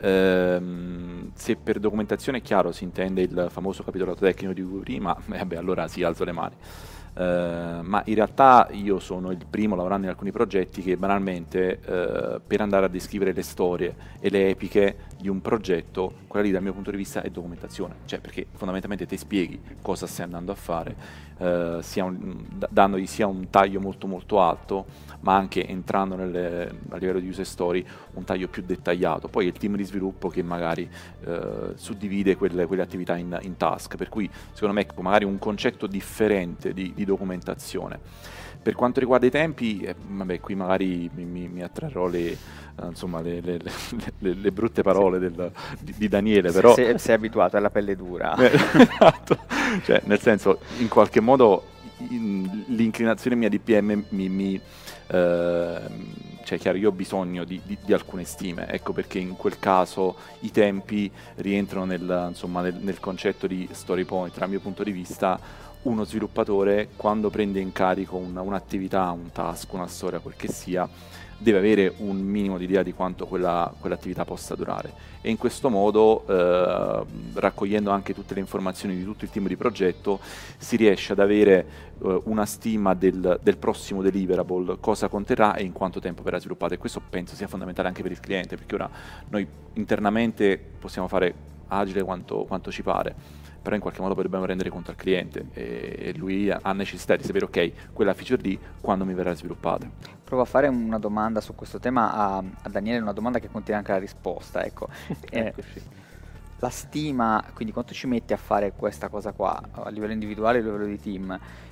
ehm, se per documentazione è chiaro si intende il famoso capitolato tecnico di cui prima, eh, vabbè, allora sì, alzo le mani. Uh, ma in realtà io sono il primo lavorando in alcuni progetti che banalmente uh, per andare a descrivere le storie e le epiche di un progetto, quella lì dal mio punto di vista è documentazione, cioè perché fondamentalmente ti spieghi cosa stai andando a fare, uh, sia un, d- dandogli sia un taglio molto molto alto, ma anche entrando nelle, a livello di user story un taglio più dettagliato. Poi è il team di sviluppo che magari suddivide quelle, quelle attività in, in task, per cui secondo me magari un concetto differente di, di documentazione. Per quanto riguarda i tempi, eh, vabbè, qui magari mi, mi, mi attrarrò le, eh, insomma, le, le, le, le brutte parole del, di, di Daniele, però... Se, sei abituato alla pelle dura. Esatto, cioè, nel senso, in qualche modo in, l'inclinazione mia di P M mi... mi eh, cioè chiaro, io ho bisogno di, di, di alcune stime, ecco perché in quel caso i tempi rientrano nel, insomma, nel, nel concetto di story point. Dal mio punto di vista uno sviluppatore quando prende in carico una, un'attività, un task, una storia, quel che sia, deve avere un minimo di idea di quanto quella, quell'attività possa durare, e in questo modo eh, raccogliendo anche tutte le informazioni di tutto il team di progetto si riesce ad avere eh, una stima del, del prossimo deliverable, cosa conterrà e in quanto tempo verrà sviluppato, e questo penso sia fondamentale anche per il cliente, perché ora noi internamente possiamo fare agile quanto, quanto ci pare, però in qualche modo poi dobbiamo rendere conto al cliente e, e lui ha necessità di sapere, ok, quella feature lì quando mi verrà sviluppata. Provo a fare una domanda su questo tema a, a Daniele, una domanda che contiene anche la risposta, ecco. eh, la stima, quindi quanto ci metti a fare questa cosa qua a livello individuale e a livello di team,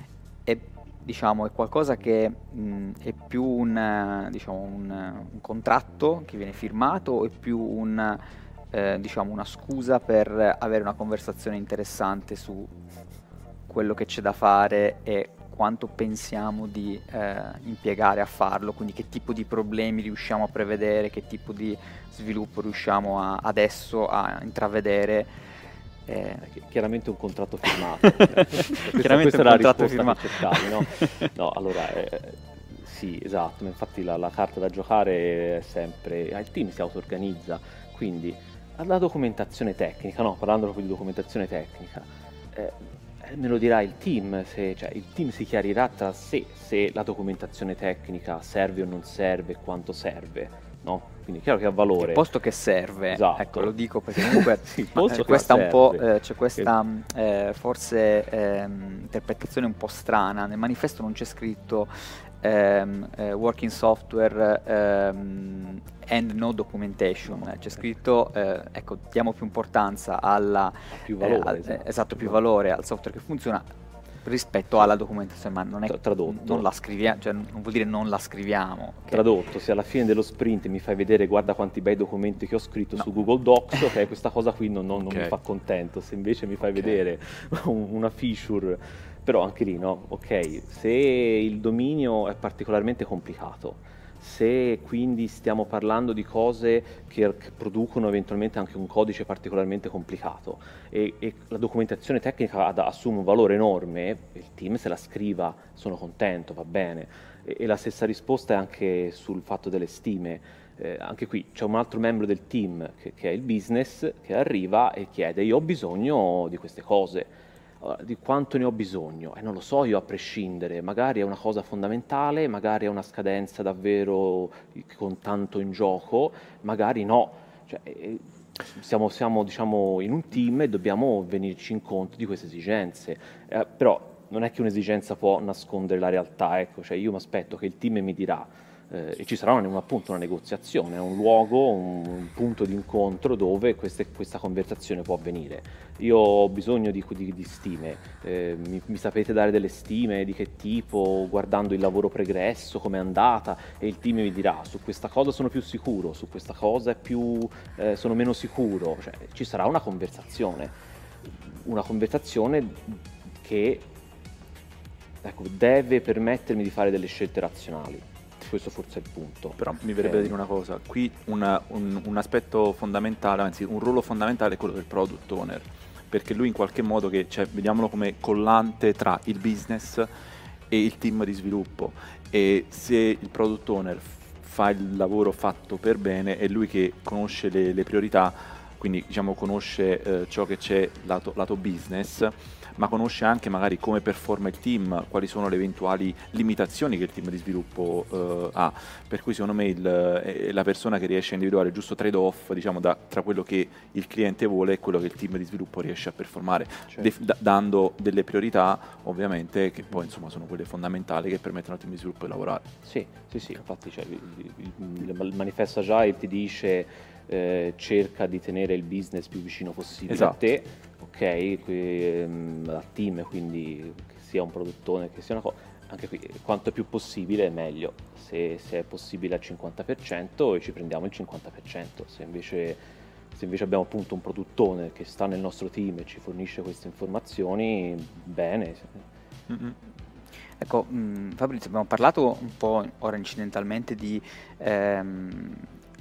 è, diciamo, è qualcosa che mh, è più un, eh, diciamo, un, un contratto che viene firmato, o è più un, eh, diciamo, una scusa per avere una conversazione interessante su quello che c'è da fare e quanto pensiamo di eh, impiegare a farlo, quindi che tipo di problemi riusciamo a prevedere, che tipo di sviluppo riusciamo a, adesso a intravedere. Eh. Chiaramente un contratto firmato. questa, Chiaramente questa un è la contratto risposta firmato. che cercavi, no? No, allora, eh, sì, esatto, infatti la, la carta da giocare è sempre, il team si auto-organizza, quindi la documentazione tecnica, no? Parlando proprio di documentazione tecnica, eh, me lo dirà il team, se, cioè, il team si chiarirà tra sé se la documentazione tecnica serve o non serve, quanto serve, no? Quindi è chiaro che ha valore. Il posto che serve, esatto. Ecco, lo dico perché comunque sì, eh, questa un po', eh, c'è questa eh, forse ehm, interpretazione un po' strana. Nel manifesto non c'è scritto ehm, eh, working software ehm, and no documentation, no, c'è scritto eh, ecco, diamo più importanza alla più valore, eh, al, esatto, esatto, più valore al software che funziona rispetto alla documentazione, ma non è tradotto, non la scriviamo, cioè non vuol dire non la scriviamo. Okay? Tradotto, se alla fine dello sprint mi fai vedere guarda quanti bei documenti che ho scritto no. su Google Docs, ok, questa cosa qui non, non, okay. non mi fa contento. Se invece mi fai okay. vedere una feature, però anche lì no, ok, se il dominio è particolarmente complicato, se quindi stiamo parlando di cose che, che producono eventualmente anche un codice particolarmente complicato e, e la documentazione tecnica ad, assume un valore enorme, il team se la scriva, sono contento, va bene. E, e la stessa risposta è anche sul fatto delle stime. Eh, anche qui c'è un altro membro del team che, che è il business che arriva e chiede io ho bisogno di queste cose. Di quanto ne ho bisogno? E eh, non lo so io a prescindere, magari è una cosa fondamentale, magari è una scadenza davvero con tanto in gioco, magari no. Cioè, eh, siamo, siamo diciamo, in un team e dobbiamo venirci incontro di queste esigenze, eh, però non è che un'esigenza può nascondere la realtà, ecco, cioè io mi aspetto che il team mi dirà Eh, e ci sarà un, appunto una negoziazione, un luogo, un, un punto di incontro dove queste, questa conversazione può avvenire. Io ho bisogno di, di, di stime, eh, mi, mi sapete dare delle stime di che tipo, guardando il lavoro pregresso, com'è andata, e il team mi dirà su questa cosa sono più sicuro, su questa cosa è più, eh, sono meno sicuro, cioè, ci sarà una conversazione, una conversazione che ecco, deve permettermi di fare delle scelte razionali. Questo forse è il punto. Però mi verrebbe da dire una cosa, qui una, un, un aspetto fondamentale, anzi un ruolo fondamentale è quello del product owner, perché lui in qualche modo, che, cioè, vediamolo come collante tra il business e il team di sviluppo, e se il product owner fa il lavoro fatto per bene è lui che conosce le, le priorità, quindi diciamo conosce eh, ciò che c'è lato, lato business, ma conosce anche magari come performa il team, quali sono le eventuali limitazioni che il team di sviluppo eh, ha, per cui secondo me il, è la persona che riesce a individuare il giusto trade-off, diciamo, da, tra quello che il cliente vuole e quello che il team di sviluppo riesce a performare, certo. def, da, dando delle priorità ovviamente che poi insomma sono quelle fondamentali che permettono al team di sviluppo di lavorare. Sì, sì, sì, infatti cioè, il, il, il manifesto Agile ti dice eh, cerca di tenere il business più vicino possibile esatto. a te, ok, qui, um, a team, quindi che sia un produttore, che sia una cosa, anche qui quanto è più possibile è meglio, se, se è possibile al cinquanta per cento e ci prendiamo il cinquanta per cento, se invece, se invece abbiamo appunto un produttore che sta nel nostro team e ci fornisce queste informazioni, bene. Mm-hmm. Ecco, mh, Fabrizio, abbiamo parlato un po' ora incidentalmente di ehm,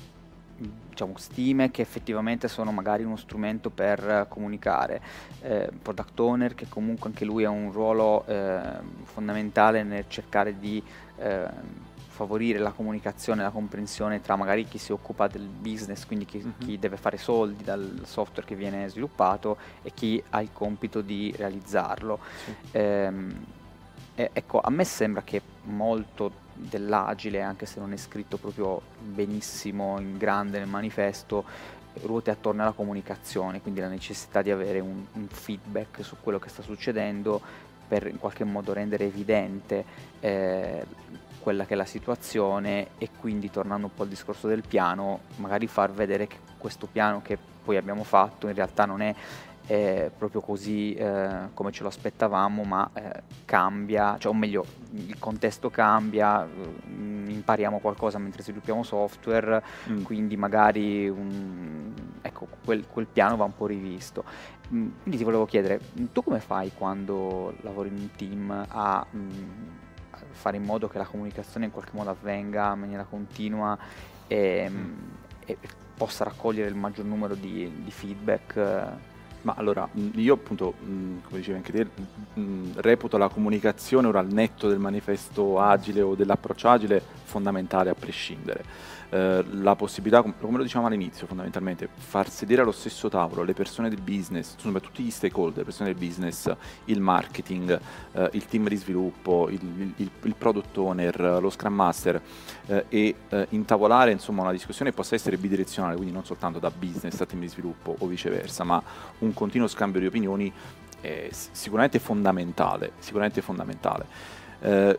diciamo stime che effettivamente sono magari uno strumento per comunicare, eh, product owner che comunque anche lui ha un ruolo eh, fondamentale nel cercare di eh, favorire la comunicazione, la comprensione tra magari chi si occupa del business, quindi chi, mm-hmm. chi deve fare soldi dal software che viene sviluppato e chi ha il compito di realizzarlo. Sì. Ehm, e, ecco, a me sembra che molto dell'agile, anche se non è scritto proprio benissimo in grande nel manifesto, ruota attorno alla comunicazione, quindi la necessità di avere un, un feedback su quello che sta succedendo per in qualche modo rendere evidente eh, quella che è la situazione e quindi, tornando un po' al discorso del piano, magari far vedere che questo piano che poi abbiamo fatto in realtà non è è proprio così eh, come ce lo aspettavamo, ma eh, cambia, cioè o meglio, il contesto cambia, mm, impariamo qualcosa mentre sviluppiamo software, Mm. quindi magari un- ecco, quel, quel piano va un po' rivisto. Mm, Quindi ti volevo chiedere, mm, tu come fai quando lavori in un team a, mm, a fare in modo che la comunicazione in qualche modo avvenga in maniera continua e, Mm. mm, e possa raccogliere il maggior numero di, di feedback? eh, Ma allora, mh, io appunto, mh, come dicevi anche te, mh, reputo la comunicazione ora al netto del manifesto agile o dell'approccio agile fondamentale a prescindere. Eh, la possibilità, com- come lo dicevamo all'inizio, fondamentalmente, far sedere allo stesso tavolo le persone del business, insomma tutti gli stakeholder, le persone del business, il marketing, eh, il team di sviluppo, il, il- il- il product owner, lo scrum master, eh, e eh, intavolare insomma una discussione che possa essere bidirezionale, quindi non soltanto da business a team di sviluppo o viceversa, ma un continuo scambio di opinioni è s- sicuramente fondamentale, sicuramente fondamentale. Eh,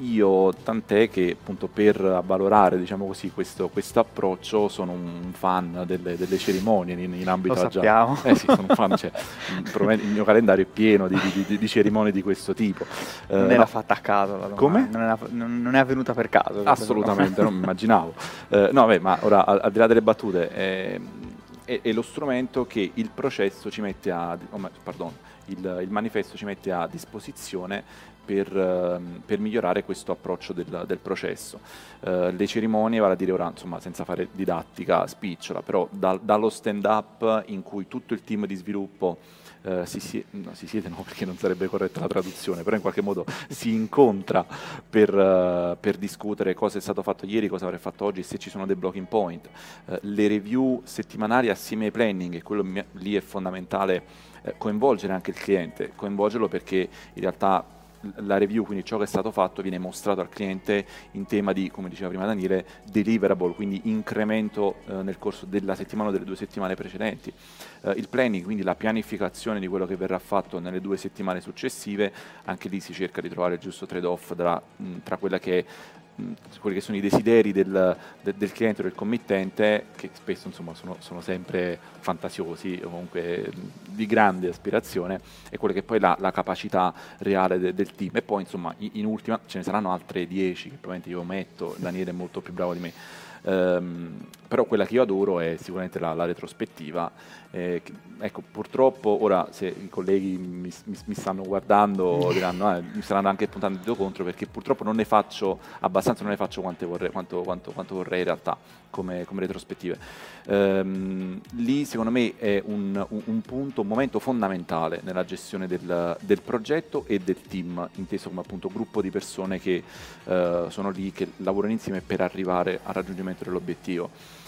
io tant'è che appunto per avvalorare diciamo così questo questo approccio sono un fan delle, delle cerimonie in, in ambito Lo agile. sappiamo. Eh sì, sono un fan, cioè, mh, probabilmente il mio calendario è pieno di, di- di- di cerimonie di questo tipo. Eh, Non era no, fatta a caso la domanda, Come? Non, era- non- non è avvenuta per caso. questa Assolutamente, domanda. non mi immaginavo. Eh, no, beh, ma ora al, al di là delle battute, è, è- è lo strumento che il processo ci mette a, oh, ma- pardon, il, il manifesto ci mette a disposizione per, ehm, per migliorare questo approccio del, del processo. Eh, le cerimonie, vale a dire ora, insomma, senza fare didattica spicciola, però dal- dallo stand-up in cui tutto il team di sviluppo eh, si, sie- no, si siede, no, perché non sarebbe corretta la traduzione, però in qualche modo si incontra per, eh, per discutere cosa è stato fatto ieri, cosa avrei fatto oggi, se ci sono dei blocking point. Eh, le review settimanali assieme ai planning, e quello mi- lì è fondamentale eh, coinvolgere anche il cliente, coinvolgerlo perché in realtà l- la review, quindi ciò che è stato fatto, viene mostrato al cliente in tema di, come diceva prima Daniele, deliverable, quindi incremento eh, nel corso della settimana o delle due settimane precedenti. Eh, il planning, quindi la pianificazione di quello che verrà fatto nelle due settimane successive, anche lì si cerca di trovare il giusto trade-off tra, mh, tra quella che è mh, quelli che sono i desideri del, de- del cliente o del committente, che spesso insomma sono, sono sempre fantasiosi o comunque mh, di grande aspirazione, e quella che è poi la, la capacità reale de- del team. E poi insomma i- in ultima ce ne saranno altre dieci che probabilmente io ometto, Daniele è molto più bravo di me. Ehm, però quella che io adoro è sicuramente la, la retrospettiva. Eh, che- ecco, purtroppo ora se i colleghi mi, mi- mi stanno guardando diranno, eh, mi staranno anche puntando il dito contro, perché purtroppo non ne faccio abbastanza, non ne faccio quante vorrei, quanto, quanto- quanto vorrei in realtà come, come retrospettive. Ehm, lì secondo me è un, un- un punto, un momento fondamentale nella gestione del, del progetto e del team, inteso come appunto gruppo di persone che eh, sono lì, che lavorano insieme per arrivare al raggiungimento dell'obiettivo.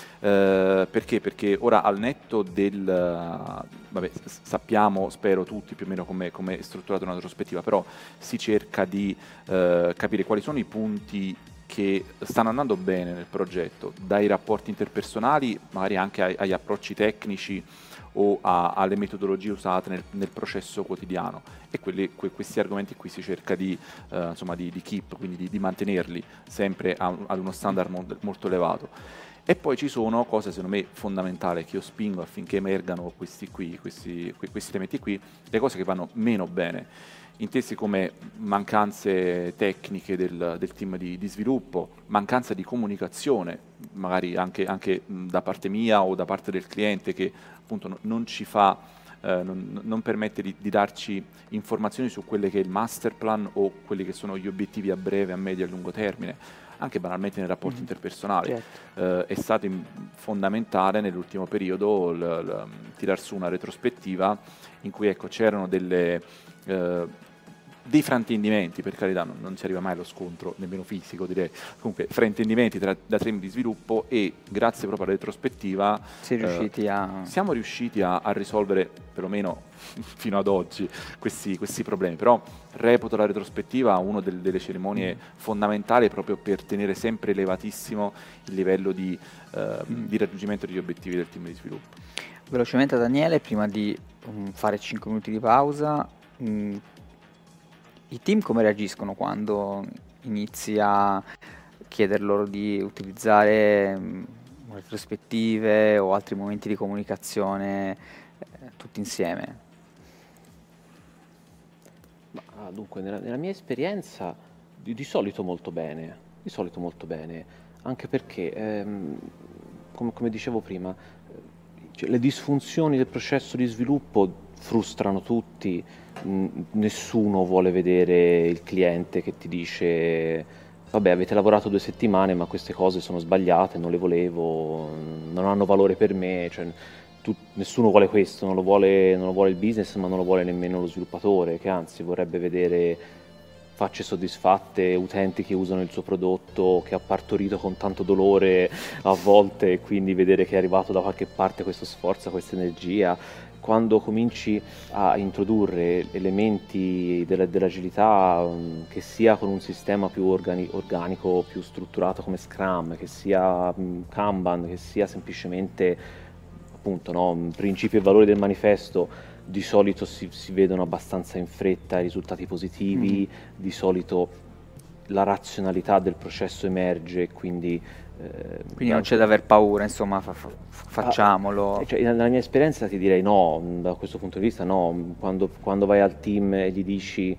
Eh, perché? Perché ora al netto del, eh, vabbè, s- sappiamo, spero tutti più o meno come come è strutturata una retrospettiva, però si cerca di eh, capire quali sono i punti che stanno andando bene nel progetto, dai rapporti interpersonali, magari anche ai- agli approcci tecnici o a- alle metodologie usate nel, nel processo quotidiano, e quelli- que- questi argomenti qui si cerca di, eh, insomma, di, di keep, quindi di, di mantenerli sempre a un- ad uno standard mo- molto elevato. E poi ci sono cose secondo me fondamentali che io spingo affinché emergano questi qui, questi, que- questi elementi qui, le cose che vanno meno bene, intesi come mancanze tecniche del, del team di, di sviluppo, mancanza di comunicazione, magari anche, anche mh, da parte mia o da parte del cliente, che appunto no- non ci fa, eh, non, non permette di, di darci informazioni su quelle che è il master plan o quelli che sono gli obiettivi a breve, a medio e a lungo termine, anche banalmente nei rapporti Mhm. interpersonali. Certo. Eh, è stato in- fondamentale nell'ultimo periodo l- l- tirar su una retrospettiva in cui ecco, c'erano delle, eh, dei fraintendimenti, per carità, non, non si arriva mai allo scontro, nemmeno fisico direi, comunque fraintendimenti tra, da team di sviluppo, e grazie proprio alla retrospettiva Si è eh, riusciti a... siamo riusciti a, a risolvere, perlomeno fino ad oggi, questi, questi problemi. Però reputo la retrospettiva una del- delle cerimonie fondamentali proprio per tenere sempre elevatissimo il livello di, eh, di raggiungimento degli obiettivi del team di sviluppo. Velocemente Daniele, prima di mm, fare cinque minuti di pausa, mm, i team come reagiscono quando inizi a chieder loro di utilizzare mm, retrospettive o altri momenti di comunicazione eh, tutti insieme? Ah, dunque, nella, nella mia esperienza di, di solito molto bene, di solito molto bene, anche perché, ehm, come, come dicevo prima, eh, cioè, le disfunzioni del processo di sviluppo frustrano tutti, mh, nessuno vuole vedere il cliente che ti dice vabbè, avete lavorato due settimane ma queste cose sono sbagliate, non le volevo, non hanno valore per me, cioè, tu- nessuno vuole questo, non lo vuole, non lo vuole il business, ma non lo vuole nemmeno lo sviluppatore, che anzi vorrebbe vedere facce soddisfatte, utenti che usano il suo prodotto, che ha partorito con tanto dolore a volte, e quindi vedere che è arrivato da qualche parte questo sforzo, questa energia. Quando cominci a introdurre elementi della- dell'agilità, mh, che sia con un sistema più organi- organico, più strutturato come Scrum, che sia mh, Kanban, che sia semplicemente appunto, no, principi e valori del manifesto, di solito si, si vedono abbastanza in fretta i risultati positivi, Mhm. di solito la razionalità del processo emerge, quindi... eh, Quindi non c'è anche- da aver paura, insomma, fa- fa- Ah, facciamolo. eh, cioè, nella mia esperienza ti direi no, mh, da questo punto di vista no, quando, quando vai al team e gli dici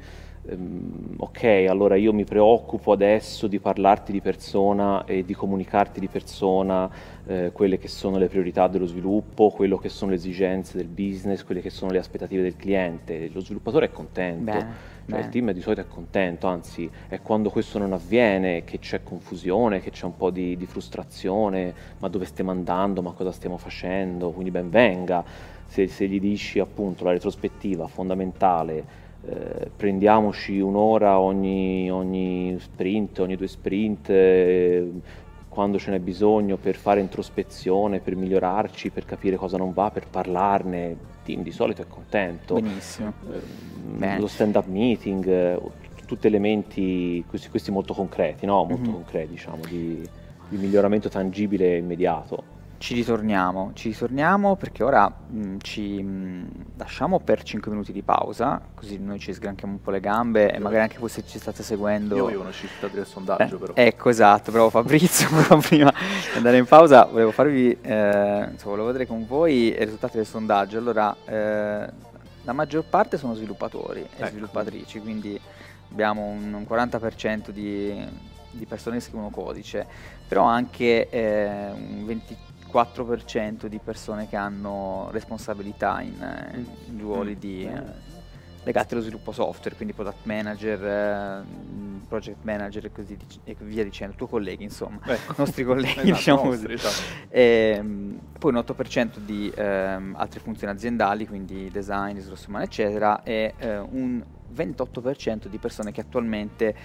ehm, ok, allora io mi preoccupo adesso di parlarti di persona e di comunicarti di persona eh, quelle che sono le priorità dello sviluppo, quello che sono le esigenze del business, quelle che sono le aspettative del cliente, lo sviluppatore è contento. Bene, Cioè il bene. team di solito è contento, anzi è quando questo non avviene che c'è confusione, che c'è un po' di, di frustrazione, ma dove stiamo andando, ma cosa stiamo facendo, quindi ben venga. Se, se gli dici appunto la retrospettiva fondamentale, eh, prendiamoci un'ora ogni, ogni sprint, ogni due sprint, eh, quando ce n'è bisogno per fare introspezione, per migliorarci, per capire cosa non va, per parlarne, il team di solito è contento. Benissimo. Ehm, Bene. Lo stand-up meeting, eh, tutti elementi, questi, questi molto concreti, no? Molto Mhm. concreti, diciamo, di, di miglioramento tangibile e immediato. Ci ritorniamo, ci ritorniamo perché ora mh, ci mh, lasciamo per cinque minuti di pausa, così noi ci sgranchiamo un po' le gambe e Io- magari anche voi se ci state seguendo... Io avevo una cifra del sondaggio, Eh, però. ecco, esatto, bravo Fabrizio, però prima di andare in pausa volevo farvi, eh, insomma, volevo vedere con voi i risultati del sondaggio. Allora, eh, la maggior parte sono sviluppatori e Ecco. sviluppatrici, quindi abbiamo un, un quaranta per cento di, di persone che scrivono codice, però anche eh, un ventiquattro per cento di persone che hanno responsabilità in, eh, in ruoli Mm. di... eh, legati allo sviluppo software, quindi product manager, eh, project manager e così dic- e via dicendo, tuoi colleghi insomma, Ecco. nostri colleghi Esatto, diciamo nostri, così. esatto. Ehm, poi un otto per cento di ehm, altre funzioni aziendali, quindi design, risorse umane eccetera, e eh, un ventotto per cento di persone che attualmente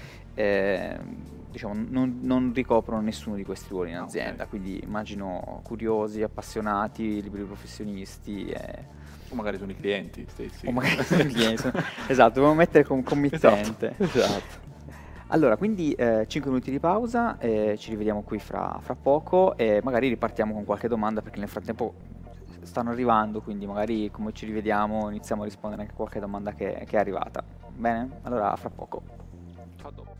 ehm, diciamo, non, non ricoprono nessuno di questi ruoli in Ah, ok. azienda, quindi immagino curiosi, appassionati, liberi professionisti. E O magari sono i clienti stessi. o magari sono i clienti, sono- esatto, dobbiamo mettere con committente. Esatto. Allora, quindi eh, cinque minuti di pausa, eh, ci rivediamo qui fra, fra poco e magari ripartiamo con qualche domanda perché nel frattempo stanno arrivando, quindi magari come ci rivediamo iniziamo a rispondere anche a qualche domanda che, che è arrivata. Bene? Allora, fra poco. A dopo.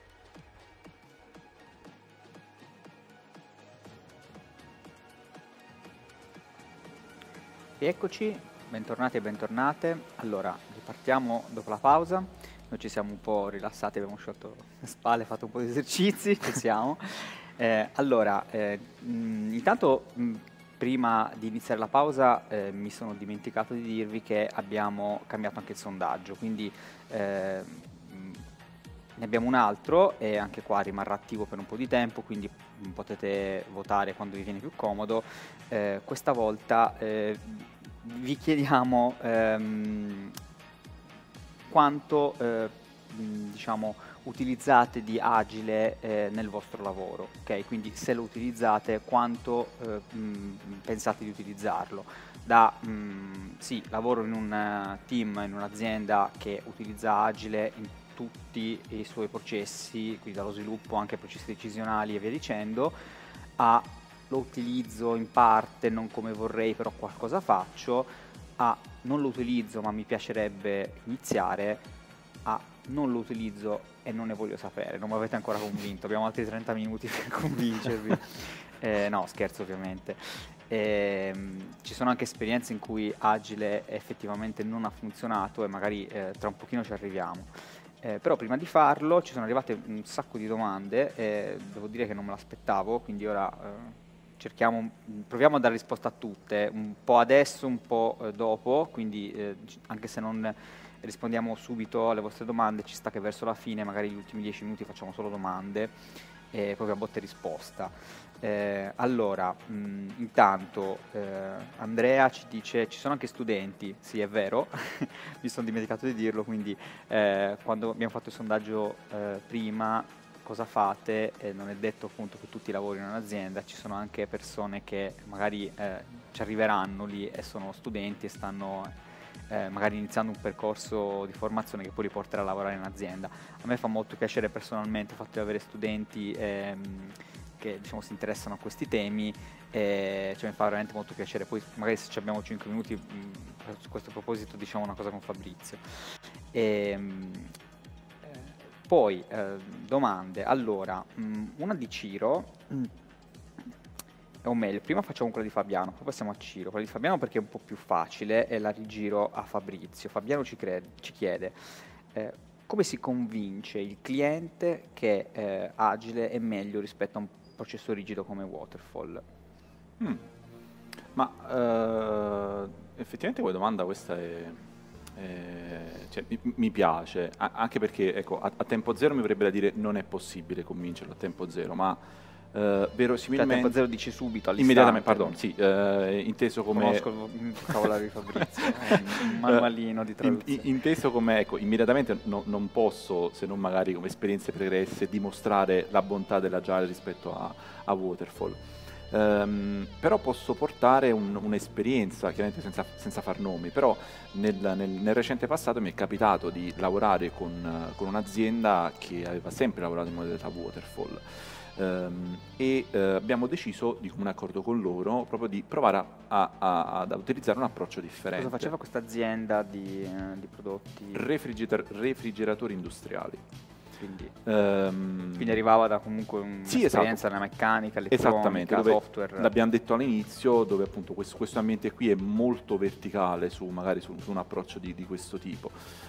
Rieccoci, bentornati e bentornate. Allora, ripartiamo dopo la pausa. Noi ci siamo un po' rilassati, abbiamo sciolto le spalle, fatto un po' di esercizi, ci siamo. Eh, allora, eh, mh, intanto mh, prima di iniziare la pausa eh, mi sono dimenticato di dirvi che abbiamo cambiato anche il sondaggio, quindi eh, mh, ne abbiamo un altro e anche qua rimarrà attivo per un po' di tempo, quindi mh, potete votare quando vi viene più comodo. Eh, questa volta eh, vi chiediamo ehm, quanto eh, mh, diciamo, utilizzate di agile eh, nel vostro lavoro, ok? Quindi se lo utilizzate, quanto eh, mh, pensate di utilizzarlo? Da mh, sì, lavoro in un eh, team, in un'azienda che utilizza agile in tutti i suoi processi, quindi dallo sviluppo anche ai processi decisionali e via dicendo, a lo utilizzo in parte, non come vorrei, però qualcosa faccio, a non lo utilizzo ma mi piacerebbe iniziare, a non lo utilizzo e non ne voglio sapere, non mi avete ancora convinto, abbiamo altri trenta minuti per convincervi. Eh, no, scherzo ovviamente. E, mh, ci sono anche esperienze in cui Agile effettivamente non ha funzionato e magari eh, tra un pochino ci arriviamo. Eh, però prima di farlo ci sono arrivate un sacco di domande e devo dire che non me l'aspettavo, quindi ora eh, cerchiamo, mh, proviamo a dare risposta a tutte, un po' adesso, un po' eh, dopo, quindi eh, c- anche se non rispondiamo subito alle vostre domande, ci sta che verso la fine, magari gli ultimi dieci minuti facciamo solo domande e proprio a botta e risposta. Eh, allora, mh, intanto eh, Andrea ci dice ci sono anche studenti, sì è vero, mi sono dimenticato di dirlo, quindi eh, quando abbiamo fatto il sondaggio eh, prima, cosa fate, eh, non è detto appunto che tutti lavorino in un'azienda, ci sono anche persone che magari eh, ci arriveranno lì e sono studenti e stanno eh, magari iniziando un percorso di formazione che poi li porterà a lavorare in azienda. A me fa molto piacere personalmente il fatto di avere studenti ehm, che diciamo, si interessano a questi temi, e cioè, mi fa veramente molto piacere. Poi magari se ci abbiamo cinque minuti mh, su questo proposito diciamo una cosa con Fabrizio. E, mh, eh, poi eh, domande, allora, mh, una di Ciro, mh, o meglio, prima facciamo quella di Fabiano, poi passiamo a Ciro. Quella di Fabiano perché è un po' più facile e la rigiro a Fabrizio. Fabiano ci, crede- ci chiede eh, come si convince il cliente che eh, Agile è meglio rispetto a un processo rigido come Waterfall? Mm. Ma eh, effettivamente quella domanda questa è, è- cioè, mi, mi piace, a- anche perché ecco, a, a tempo zero mi verrebbe da dire non è possibile convincerlo a tempo zero, ma eh, Cioè a verosimilmente... tempo zero dici subito, Immediatamente, all'istante. pardon, sì, eh, inteso come... Conosco il vocabolario di Fabrizio, è un manualino di In- traduzione. in- inteso come, ecco, immediatamente no- non posso, se non magari come esperienze pregresse, dimostrare la bontà dell'agile rispetto a, a Waterfall. Ehm, però posso portare un- un'esperienza, chiaramente senza, senza far nomi, però nel, nel- nel recente passato mi è capitato di lavorare con, eh, con un'azienda che aveva sempre lavorato in modalità Waterfall. Ehm, e eh, abbiamo deciso di comune accordo con loro proprio di provare a, a- a- ad utilizzare un approccio differente. Cosa faceva questa azienda di, eh, di prodotti? Refrigerar- refrigeratori industriali. Quindi, Ehm, quindi arrivava da comunque sì, un'esperienza esatto. nella meccanica, Esattamente, elettronica, dove software. l'abbiamo detto all'inizio, dove appunto questo, questo ambiente qui è molto verticale su magari su, su un approccio di, di questo tipo.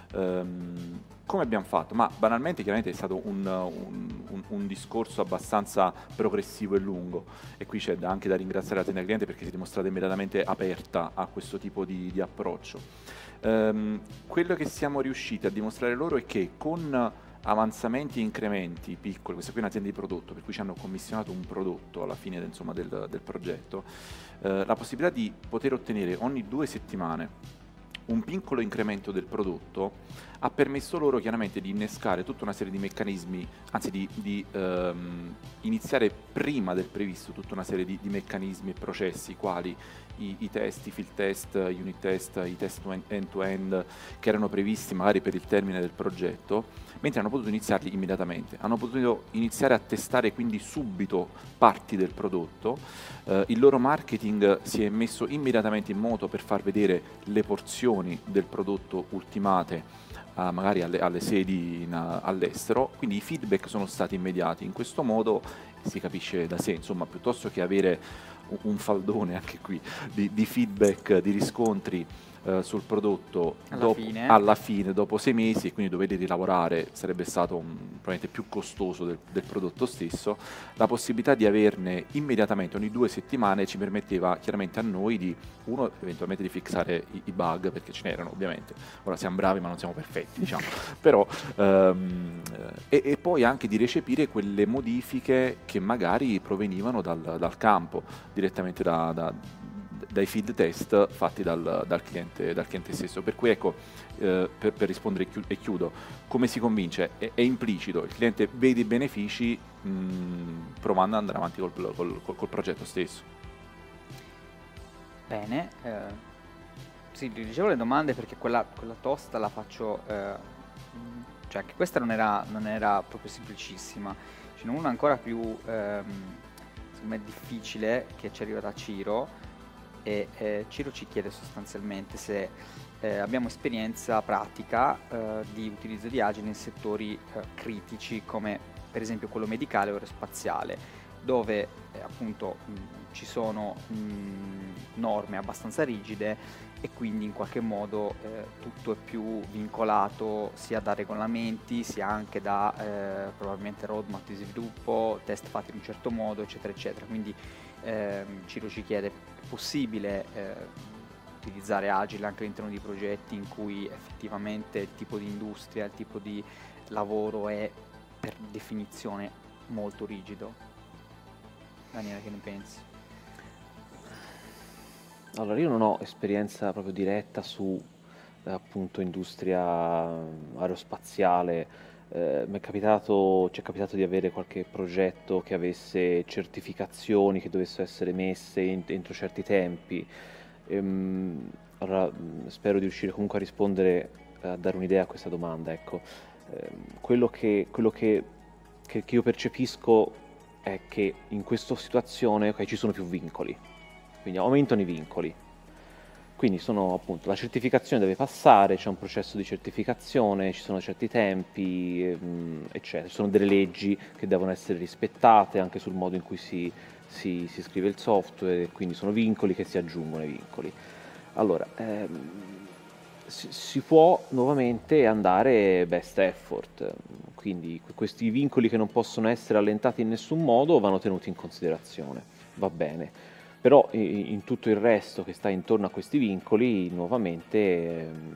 Ehm, come abbiamo fatto? Ma banalmente chiaramente è stato un, un- un- un discorso abbastanza progressivo e lungo, e qui c'è da- anche da ringraziare l'azienda cliente perché si è dimostrata immediatamente aperta a questo tipo di, di approccio. Ehm, quello che siamo riusciti a dimostrare loro è che con avanzamenti e incrementi piccoli, questa qui è un'azienda di prodotto, per cui ci hanno commissionato un prodotto alla fine del, insomma, del, del progetto, eh, la possibilità di poter ottenere ogni due settimane un piccolo incremento del prodotto ha permesso loro chiaramente di innescare tutta una serie di meccanismi, anzi di, di ehm, iniziare prima del previsto tutta una serie di, di meccanismi e processi, quali i, i test, i field test, unit test, i test end-to-end che erano previsti magari per il termine del progetto, mentre hanno potuto iniziarli immediatamente, hanno potuto iniziare a testare quindi subito parti del prodotto, eh, il loro marketing si è messo immediatamente in moto per far vedere le porzioni del prodotto ultimate Uh, magari alle, alle sedi in, uh, all'estero, quindi i feedback sono stati immediati. In questo modo si capisce da sé, insomma, piuttosto che avere un, un faldone anche qui di, di feedback, di riscontri uh, sul prodotto Alla dopo, fine. alla fine, dopo sei mesi, e quindi doverli rilavorare sarebbe stato um, probabilmente più costoso del, del prodotto stesso, la possibilità di averne immediatamente ogni due settimane ci permetteva chiaramente a noi di, uno, eventualmente di fixare i, i bug, perché ce n'erano ovviamente, ora siamo bravi ma non siamo perfetti, diciamo, però ehm, e, e poi anche di recepire quelle modifiche che magari provenivano dal, dal campo, direttamente da, da, dai field test fatti dal, dal, cliente, dal cliente stesso. Per cui ecco, eh, per, per rispondere e chiudo, come si convince? È, è implicito, il cliente vede i benefici mh, provando ad andare avanti col, col, col, col progetto stesso. Bene, eh, sì, ricevo le domande perché quella, quella tosta la faccio, eh, cioè anche questa non era, non era proprio semplicissima, ce n'è una ancora più, ehm, secondo me, difficile che ci arriva da Ciro, e eh, Ciro ci chiede sostanzialmente se eh, abbiamo esperienza pratica eh, di utilizzo di Agile in settori eh, critici come per esempio quello medicale o aerospaziale. dove eh, appunto mh, ci sono mh, norme abbastanza rigide e quindi in qualche modo eh, tutto è più vincolato sia da regolamenti sia anche da eh, probabilmente roadmap di sviluppo, test fatti in un certo modo, eccetera eccetera. Quindi ehm, Ciro ci chiede: è possibile eh, utilizzare Agile anche all'interno di progetti in cui effettivamente il tipo di industria, il tipo di lavoro è per definizione molto rigido? Daniele, che ne pensi? Allora, io non ho esperienza proprio diretta su eh, appunto industria aerospaziale. Eh, mi è capitato, ci è capitato di avere qualche progetto che avesse certificazioni che dovessero essere messe in- entro certi tempi. Ehm, allora, mh, spero di riuscire comunque a rispondere, a dare un'idea a questa domanda. Ecco. Ehm, quello che, quello che, che- che io percepisco è che in questa situazione, ok, ci sono più vincoli, quindi aumentano i vincoli. Quindi sono appunto, la certificazione deve passare, c'è un processo di certificazione, ci sono certi tempi, ehm, eccetera. Ci sono delle leggi che devono essere rispettate anche sul modo in cui si, si- si scrive il software, quindi sono vincoli che si aggiungono ai vincoli. Allora, ehm, si, si può nuovamente andare best effort, quindi que- questi vincoli che non possono essere allentati in nessun modo vanno tenuti in considerazione, va bene. Però i- in tutto il resto che sta intorno a questi vincoli, nuovamente ehm,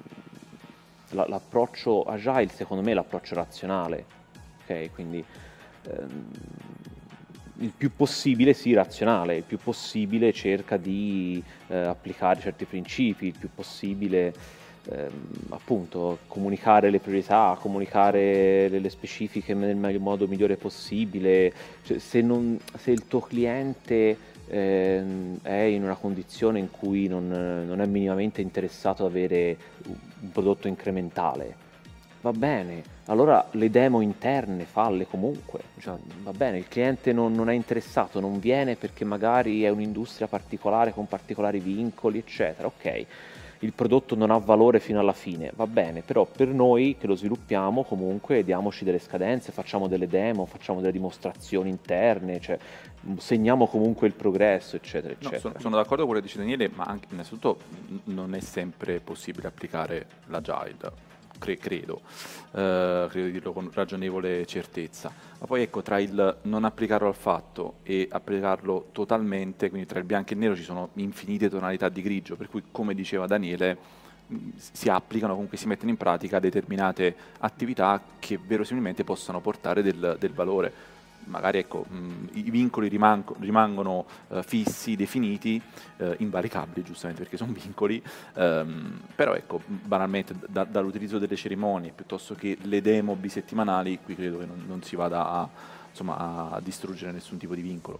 la- l'approccio agile secondo me è l'approccio razionale, ok? Quindi ehm, il più possibile sì razionale, il più possibile cerca di eh, applicare certi principi, il più possibile ehm, appunto comunicare le priorità, comunicare le, le specifiche nel ma- modo migliore possibile. Cioè, se, non- se il tuo cliente ehm, è in una condizione in cui non, non è minimamente interessato ad avere un prodotto incrementale, va bene, allora le demo interne falle comunque, cioè, va bene, il cliente non, non è interessato, non viene perché magari è un'industria particolare con particolari vincoli, eccetera, ok. Il prodotto non ha valore fino alla fine, va bene, però per noi che lo sviluppiamo comunque diamoci delle scadenze, facciamo delle demo, facciamo delle dimostrazioni interne, cioè segniamo comunque il progresso, eccetera, No, eccetera. sono, sono d'accordo con quello che dice Daniele, ma anche, innanzitutto n- non è sempre possibile applicare l'agile, cre- credo, Eh, credo di dirlo con ragionevole certezza. Ma poi ecco, tra il non applicarlo al fatto e applicarlo totalmente, quindi tra il bianco e il nero ci sono infinite tonalità di grigio, per cui come diceva Daniele, mh, si applicano, comunque si mettono in pratica determinate attività che verosimilmente possano portare del, del valore. Magari ecco, mh, i vincoli rimango- rimangono eh, fissi, definiti, eh, invaricabili giustamente perché sono vincoli, ehm, però ecco, banalmente da- dall'utilizzo delle cerimonie piuttosto che le demo bisettimanali, qui credo che non, non si vada a, insomma, a distruggere nessun tipo di vincolo.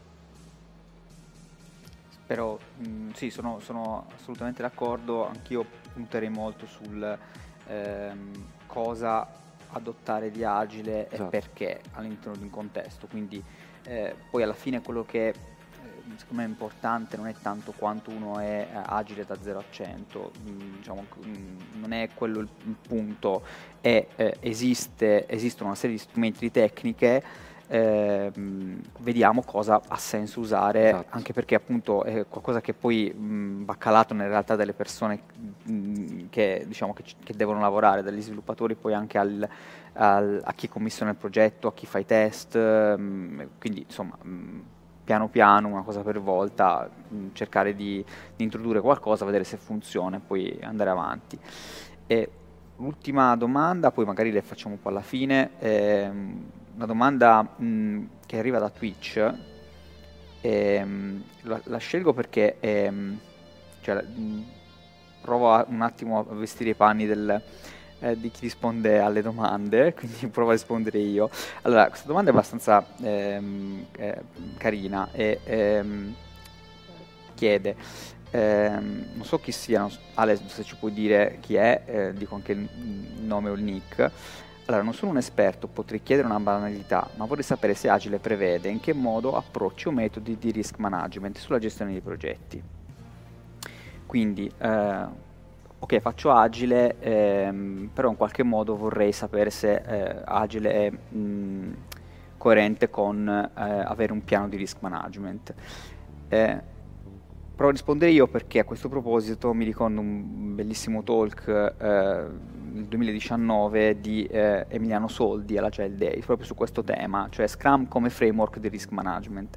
Però mh, sì, sono, sono assolutamente d'accordo, anch'io punterei molto sul ehm, cosa adottare di agile e Esatto. perché all'interno di un contesto. Quindi eh, poi alla fine quello che eh, secondo me è importante non è tanto quanto uno è eh, agile da zero a cento, mh, diciamo, mh, non è quello il, il punto, è, eh, esiste, esistono una serie di strumenti, di tecniche. Ehm, vediamo cosa ha senso usare, Esatto. anche perché appunto è qualcosa che poi mh, va calato nella realtà delle persone mh, che, diciamo, che, ci- che devono lavorare, dagli sviluppatori poi anche al- al- a chi commissiona il progetto, a chi fa i test, mh, quindi insomma mh, piano piano, una cosa per volta, mh, cercare di, di introdurre qualcosa, vedere se funziona e poi andare avanti. E l'ultima domanda, poi magari le facciamo un po' alla fine, ehm, una domanda mh, che arriva da Twitch, ehm, la, la scelgo perché ehm, cioè, mh, provo a- un attimo a vestire i panni del, eh, di chi risponde alle domande, quindi provo a rispondere io. Allora, questa domanda è abbastanza ehm, eh, carina e ehm, chiede, ehm, non so chi sia, non so- Ale, se ci puoi dire chi è, eh, dico anche il, il nome o il nick. Allora, non sono un esperto, potrei chiedere una banalità, ma vorrei sapere se Agile prevede in che modo approcci o metodi di risk management sulla gestione dei progetti. Quindi, eh, ok, faccio Agile, ehm, però in qualche modo vorrei sapere se eh, Agile è mh, coerente con eh, avere un piano di risk management. Eh, provo a rispondere io perché a questo proposito mi ricordo un bellissimo talk eh, nel duemiladiciannove di eh, Emiliano Soldi all'Agile Day, proprio su questo tema, cioè Scrum come framework di risk management.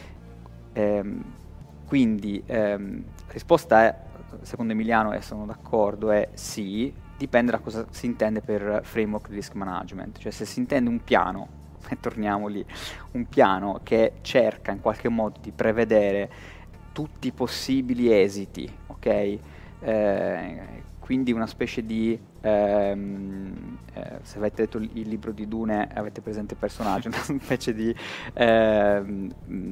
Ehm, quindi ehm, la risposta è, secondo Emiliano, e sono d'accordo, è sì, dipende da cosa si intende per framework di risk management, cioè se si intende un piano, e torniamo lì, un piano che cerca in qualche modo di prevedere tutti i possibili esiti, ok? Eh, quindi una specie di, ehm, eh, se avete letto il, il libro di Dune avete presente il personaggio, una specie di ehm,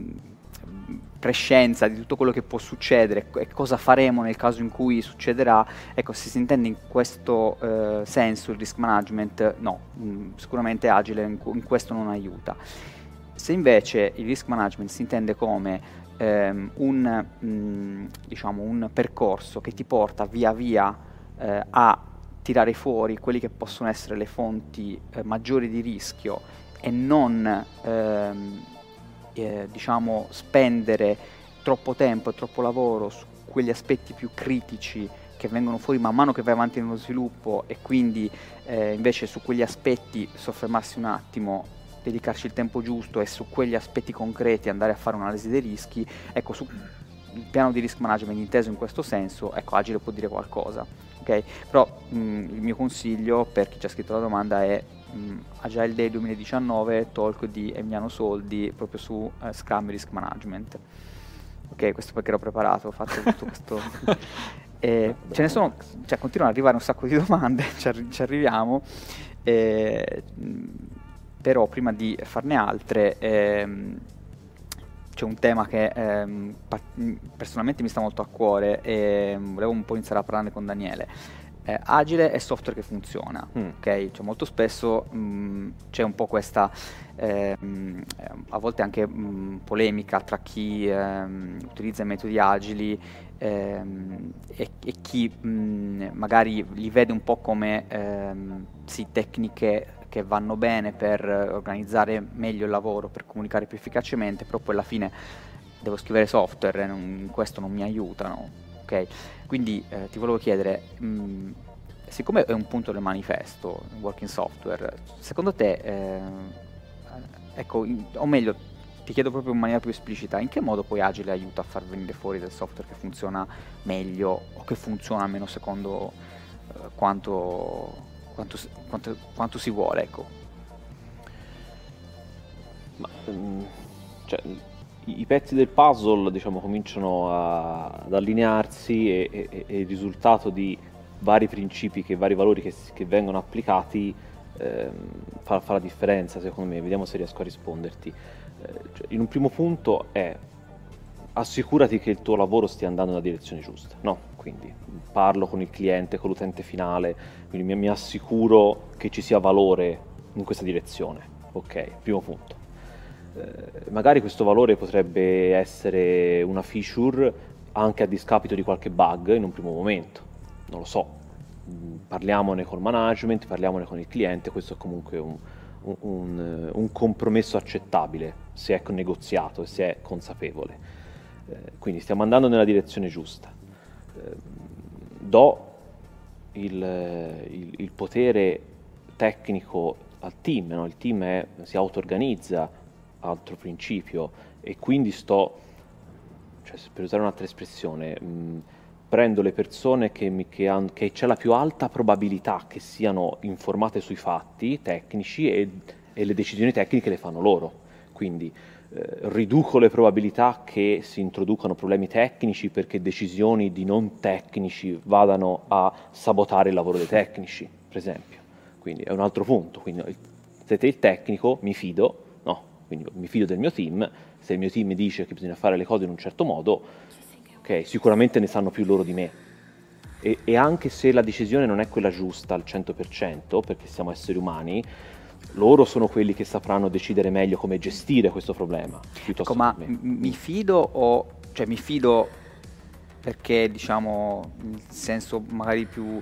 prescienza di tutto quello che può succedere e cosa faremo nel caso in cui succederà. Ecco, se si intende in questo eh, senso il risk management, no, mh, sicuramente Agile in, in questo non aiuta. Se invece il risk management si intende come ehm, un, mh, diciamo, un percorso che ti porta via via eh, a tirare fuori quelli che possono essere le fonti eh, maggiori di rischio e non ehm, eh, diciamo spendere troppo tempo e troppo lavoro su quegli aspetti più critici che vengono fuori man mano che vai avanti nello sviluppo, e quindi eh, invece su quegli aspetti soffermarsi un attimo, dedicarci il tempo giusto e su quegli aspetti concreti andare a fare un'analisi dei rischi. Ecco, su il piano di risk management inteso in questo senso, ecco, Agile può dire qualcosa, ok? Però mh, il mio consiglio per chi ci ha scritto la domanda è mh, Agile Day duemiladiciannove, talk di Emiliano Soldi proprio su uh, Scrum e Risk Management. Ok, questo perché ero preparato, ho fatto tutto questo. E ce ne sono, cioè continuano ad arrivare un sacco di domande, ci, arri- ci arriviamo, eh, mh, però prima di farne altre ehm, c'è un tema che ehm, pa- personalmente mi sta molto a cuore e volevo un po' iniziare a parlarne con Daniele. Eh, Agile è software che funziona, mm. ok? Cioè molto spesso mh, c'è un po' questa, ehm, a volte anche mh, polemica tra chi ehm, utilizza i metodi agili ehm, e, e chi mh, magari li vede un po' come ehm, sì, tecniche che vanno bene per organizzare meglio il lavoro, per comunicare più efficacemente, però poi alla fine devo scrivere software e non, questo non mi aiutano, ok? Quindi eh, ti volevo chiedere, mh, siccome è un punto del manifesto, Working Software, secondo te, eh, ecco, in, o meglio, ti chiedo proprio in maniera più esplicita, in che modo poi Agile aiuta a far venire fuori del software che funziona meglio o che funziona almeno secondo eh, quanto... Quanto, quanto, quanto si vuole, ecco. Ma, um, cioè, i, i pezzi del puzzle, diciamo, cominciano a, ad allinearsi e, e, e il risultato di vari principi, che vari valori che, che vengono applicati ehm, fa, fa la differenza, secondo me. Vediamo se riesco a risponderti. Eh, cioè, in un primo punto è assicurati che il tuo lavoro stia andando nella direzione giusta, no? Quindi parlo con il cliente, con l'utente finale, quindi mi, mi assicuro che ci sia valore in questa direzione, ok? Primo punto. Eh, magari questo valore potrebbe essere una feature anche a discapito di qualche bug in un primo momento, non lo so, parliamone col management, parliamone con il cliente, questo è comunque un, un, un, un compromesso accettabile se è negoziato e se è consapevole. Eh, quindi stiamo andando nella direzione giusta. Do il, il, il potere tecnico al team, no? Il team è, si auto-organizza, altro principio, e quindi sto, cioè, per usare un'altra espressione, mh, prendo le persone che, mi, che, han, che c'è la più alta probabilità che siano informate sui fatti tecnici e, e le decisioni tecniche le fanno loro, quindi Eh, riduco le probabilità che si introducano problemi tecnici perché decisioni di non tecnici vadano a sabotare il lavoro dei tecnici, per esempio. Quindi è un altro punto. Quindi se te il tecnico, mi fido, no, quindi mi fido del mio team, se il mio team mi dice che bisogna fare le cose in un certo modo, ok, sicuramente ne sanno più loro di me. E, e anche se la decisione non è quella giusta al cento per cento, perché siamo esseri umani, loro sono quelli che sapranno decidere meglio come gestire questo problema. Ecco, ma m- mi fido o, cioè mi fido perché, diciamo, il senso magari più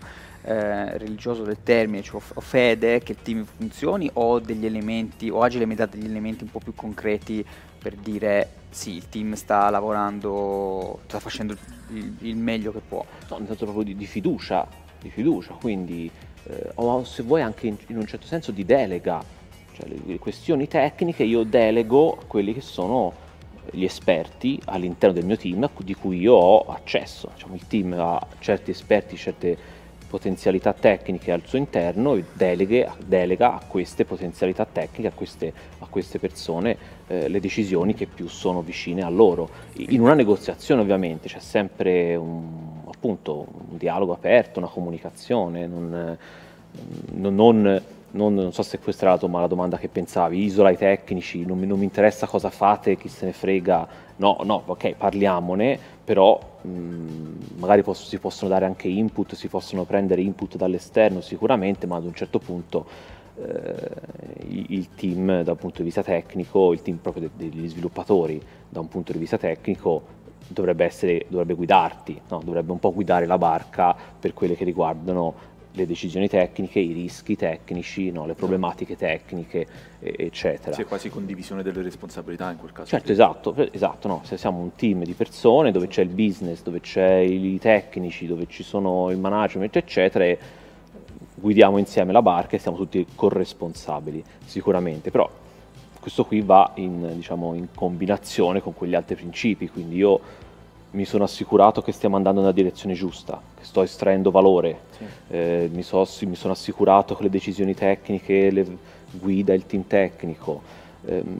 eh, religioso del termine, cioè o fede che il team funzioni, o degli elementi, o Agile mi dà degli elementi un po' più concreti per dire sì, il team sta lavorando, sta facendo il, il meglio che può? No, nel senso proprio di, di fiducia, di fiducia, quindi eh, o se vuoi anche in, in un certo senso di delega, cioè le, le questioni tecniche io delego a quelli che sono gli esperti all'interno del mio team di cui io ho accesso. Diciamo, il team ha certi esperti, certe potenzialità tecniche al suo interno e deleghe, delega a queste potenzialità tecniche, a queste, a queste persone eh, le decisioni che più sono vicine a loro. In una negoziazione ovviamente c'è sempre un, appunto, un dialogo aperto, una comunicazione, non, non, non Non, non so se questa era la, dom- la domanda che pensavi, isola i tecnici, non mi, non mi interessa cosa fate, chi se ne frega, no, no, ok, parliamone, però mh, magari posso, si possono dare anche input, si possono prendere input dall'esterno sicuramente, ma ad un certo punto eh, il, il team da un punto di vista tecnico, il team proprio de- degli sviluppatori da un punto di vista tecnico dovrebbe, essere, dovrebbe guidarti, no? Dovrebbe un po' guidare la barca per quelle che riguardano le decisioni tecniche, i rischi tecnici, no, le problematiche tecniche, eccetera. C'è quasi condivisione delle responsabilità in quel caso. Certo, esatto, esatto, no, se siamo un team di persone dove c'è il business, dove c'è i tecnici, dove ci sono il management, eccetera, e guidiamo insieme la barca e siamo tutti corresponsabili, sicuramente, però questo qui va in, diciamo, in combinazione con quegli altri principi, quindi io mi sono assicurato che stiamo andando nella direzione giusta, che sto estraendo valore, sì. eh, mi, so, mi sono assicurato che le decisioni tecniche le guida il team tecnico, ehm,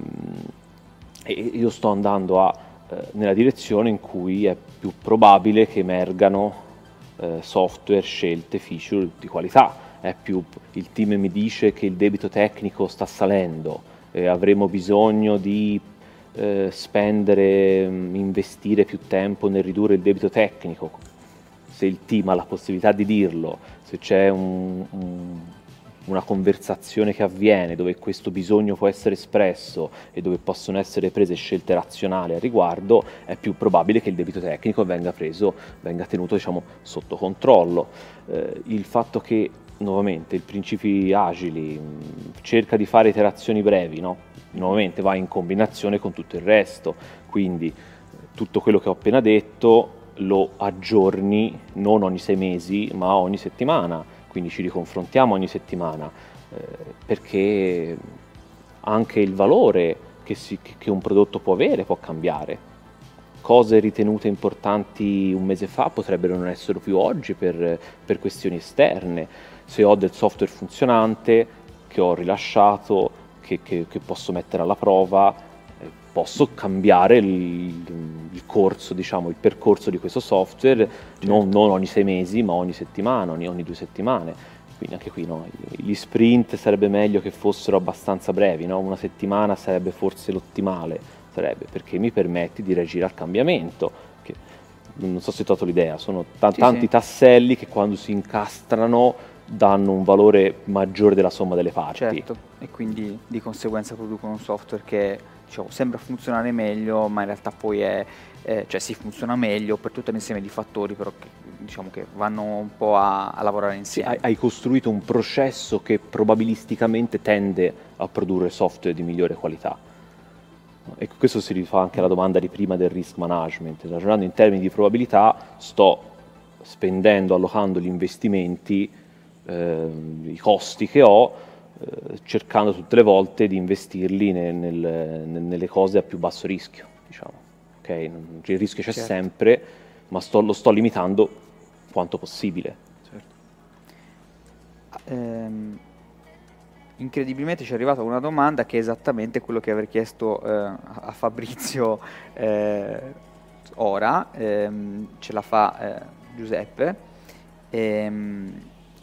e io sto andando a, eh, nella direzione in cui è più probabile che emergano eh, software, scelte, feature di qualità. È più, il team mi dice che il debito tecnico sta salendo, eh, avremo bisogno di Eh, spendere, investire più tempo nel ridurre il debito tecnico. Se il team ha la possibilità di dirlo, se c'è un, un, una conversazione che avviene dove questo bisogno può essere espresso e dove possono essere prese scelte razionali a riguardo, è più probabile che il debito tecnico venga preso, venga tenuto, diciamo, sotto controllo. Eh, il fatto che nuovamente il principi agili mh, cerca di fare iterazioni brevi, no? Nuovamente va in combinazione con tutto il resto, quindi tutto quello che ho appena detto lo aggiorni non ogni sei mesi ma ogni settimana, quindi ci riconfrontiamo ogni settimana, eh, perché anche il valore che, si, che un prodotto può avere può cambiare. Cose ritenute importanti un mese fa potrebbero non essere più oggi per, per questioni esterne. Se ho del software funzionante che ho rilasciato, Che, che, che posso mettere alla prova, eh, posso cambiare il, il corso, diciamo, il percorso di questo software, certo. non, non ogni sei mesi, ma ogni settimana, ogni, ogni due settimane. Quindi anche qui no, gli sprint sarebbe meglio che fossero abbastanza brevi, no? Una settimana sarebbe forse l'ottimale, sarebbe, perché mi permette di reagire al cambiamento. Che, non so se ho dato l'idea, sono t- sì, tanti sì. tasselli che quando si incastrano danno un valore maggiore della somma delle parti. Certo, e quindi di conseguenza producono un software che, diciamo, sembra funzionare meglio, ma in realtà poi è, eh, cioè sì, funziona meglio per tutto l'insieme di fattori, però che, diciamo, che vanno un po' a, a lavorare insieme. Sì, hai, hai costruito un processo che probabilisticamente tende a produrre software di migliore qualità. E questo si rifà anche alla domanda di prima del risk management. Ragionando in termini di probabilità, sto spendendo, allocando gli investimenti, eh, i costi che ho, eh, cercando tutte le volte di investirli nel, nel, nelle cose a più basso rischio, diciamo. Okay? Il rischio c'è certo. sempre, ma sto, lo sto limitando quanto possibile. Certo. Ehm, incredibilmente ci è arrivata una domanda che è esattamente quello che avrei chiesto eh, a Fabrizio eh, ora, ehm, ce la fa eh, Giuseppe. Ehm,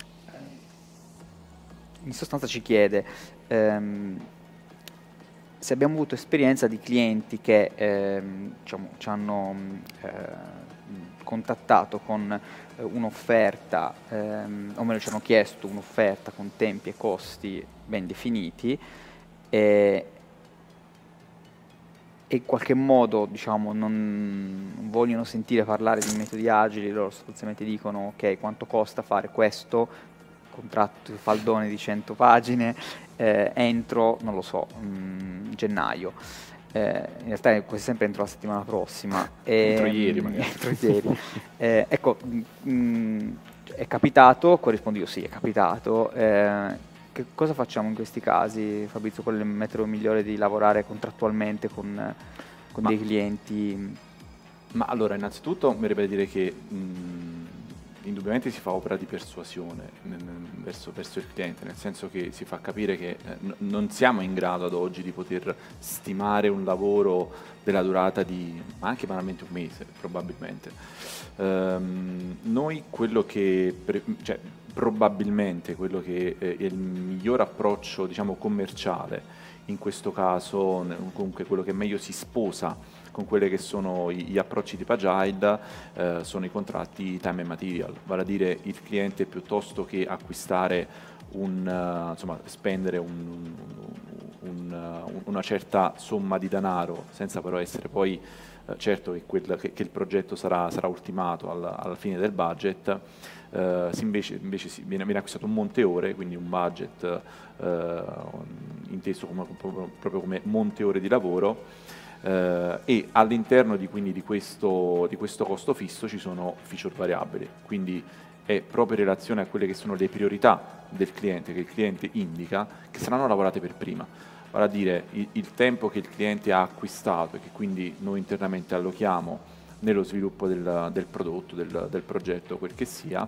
in sostanza ci chiede ehm, se abbiamo avuto esperienza di clienti che ehm, diciamo, ci hanno eh, contattato con eh, un'offerta, ehm, o meglio ci hanno chiesto un'offerta con tempi e costi ben definiti, e e in qualche modo, diciamo, non vogliono sentire parlare di metodi agili, loro sostanzialmente dicono ok, quanto costa fare questo contratto faldone di cento pagine eh, entro, non lo so, mh, gennaio. Eh, in realtà è quasi sempre entro la settimana prossima. Entro E, ieri mh, magari. entro ieri. Eh, ecco, mh, è capitato, corrispondo io sì, è capitato. Eh, che cosa facciamo in questi casi, Fabrizio? Qual è il metodo migliore di lavorare contrattualmente con, con Ma- dei clienti? Ma allora, innanzitutto mi verrebbe da dire che mh, indubbiamente si fa opera di persuasione n- n- verso, verso il cliente, nel senso che si fa capire che eh, n- non siamo in grado ad oggi di poter stimare un lavoro della durata di ma anche banalmente un mese, probabilmente. Ehm, noi quello che, pre- cioè, probabilmente quello che eh, è il miglior approccio, diciamo, commerciale in questo caso, n- comunque quello che meglio si sposa con quelli che sono gli approcci di Agile, eh, sono i contratti time and material, vale a dire il cliente piuttosto che acquistare un, uh, insomma, spendere un, un, uh, una certa somma di denaro senza però essere poi uh, certo che, quel, che, che il progetto sarà, sarà ultimato alla, alla fine del budget, uh, si invece, invece si, viene, viene acquistato un monte ore, quindi un budget uh, inteso come, proprio come monte ore di lavoro. Uh, e all'interno di, quindi, di, questo, di questo costo fisso ci sono feature variabili, quindi è proprio in relazione a quelle che sono le priorità del cliente, che il cliente indica, che saranno lavorate per prima. Vale a dire il, il tempo che il cliente ha acquistato e che quindi noi internamente allochiamo nello sviluppo del, del prodotto, del, del progetto, quel che sia,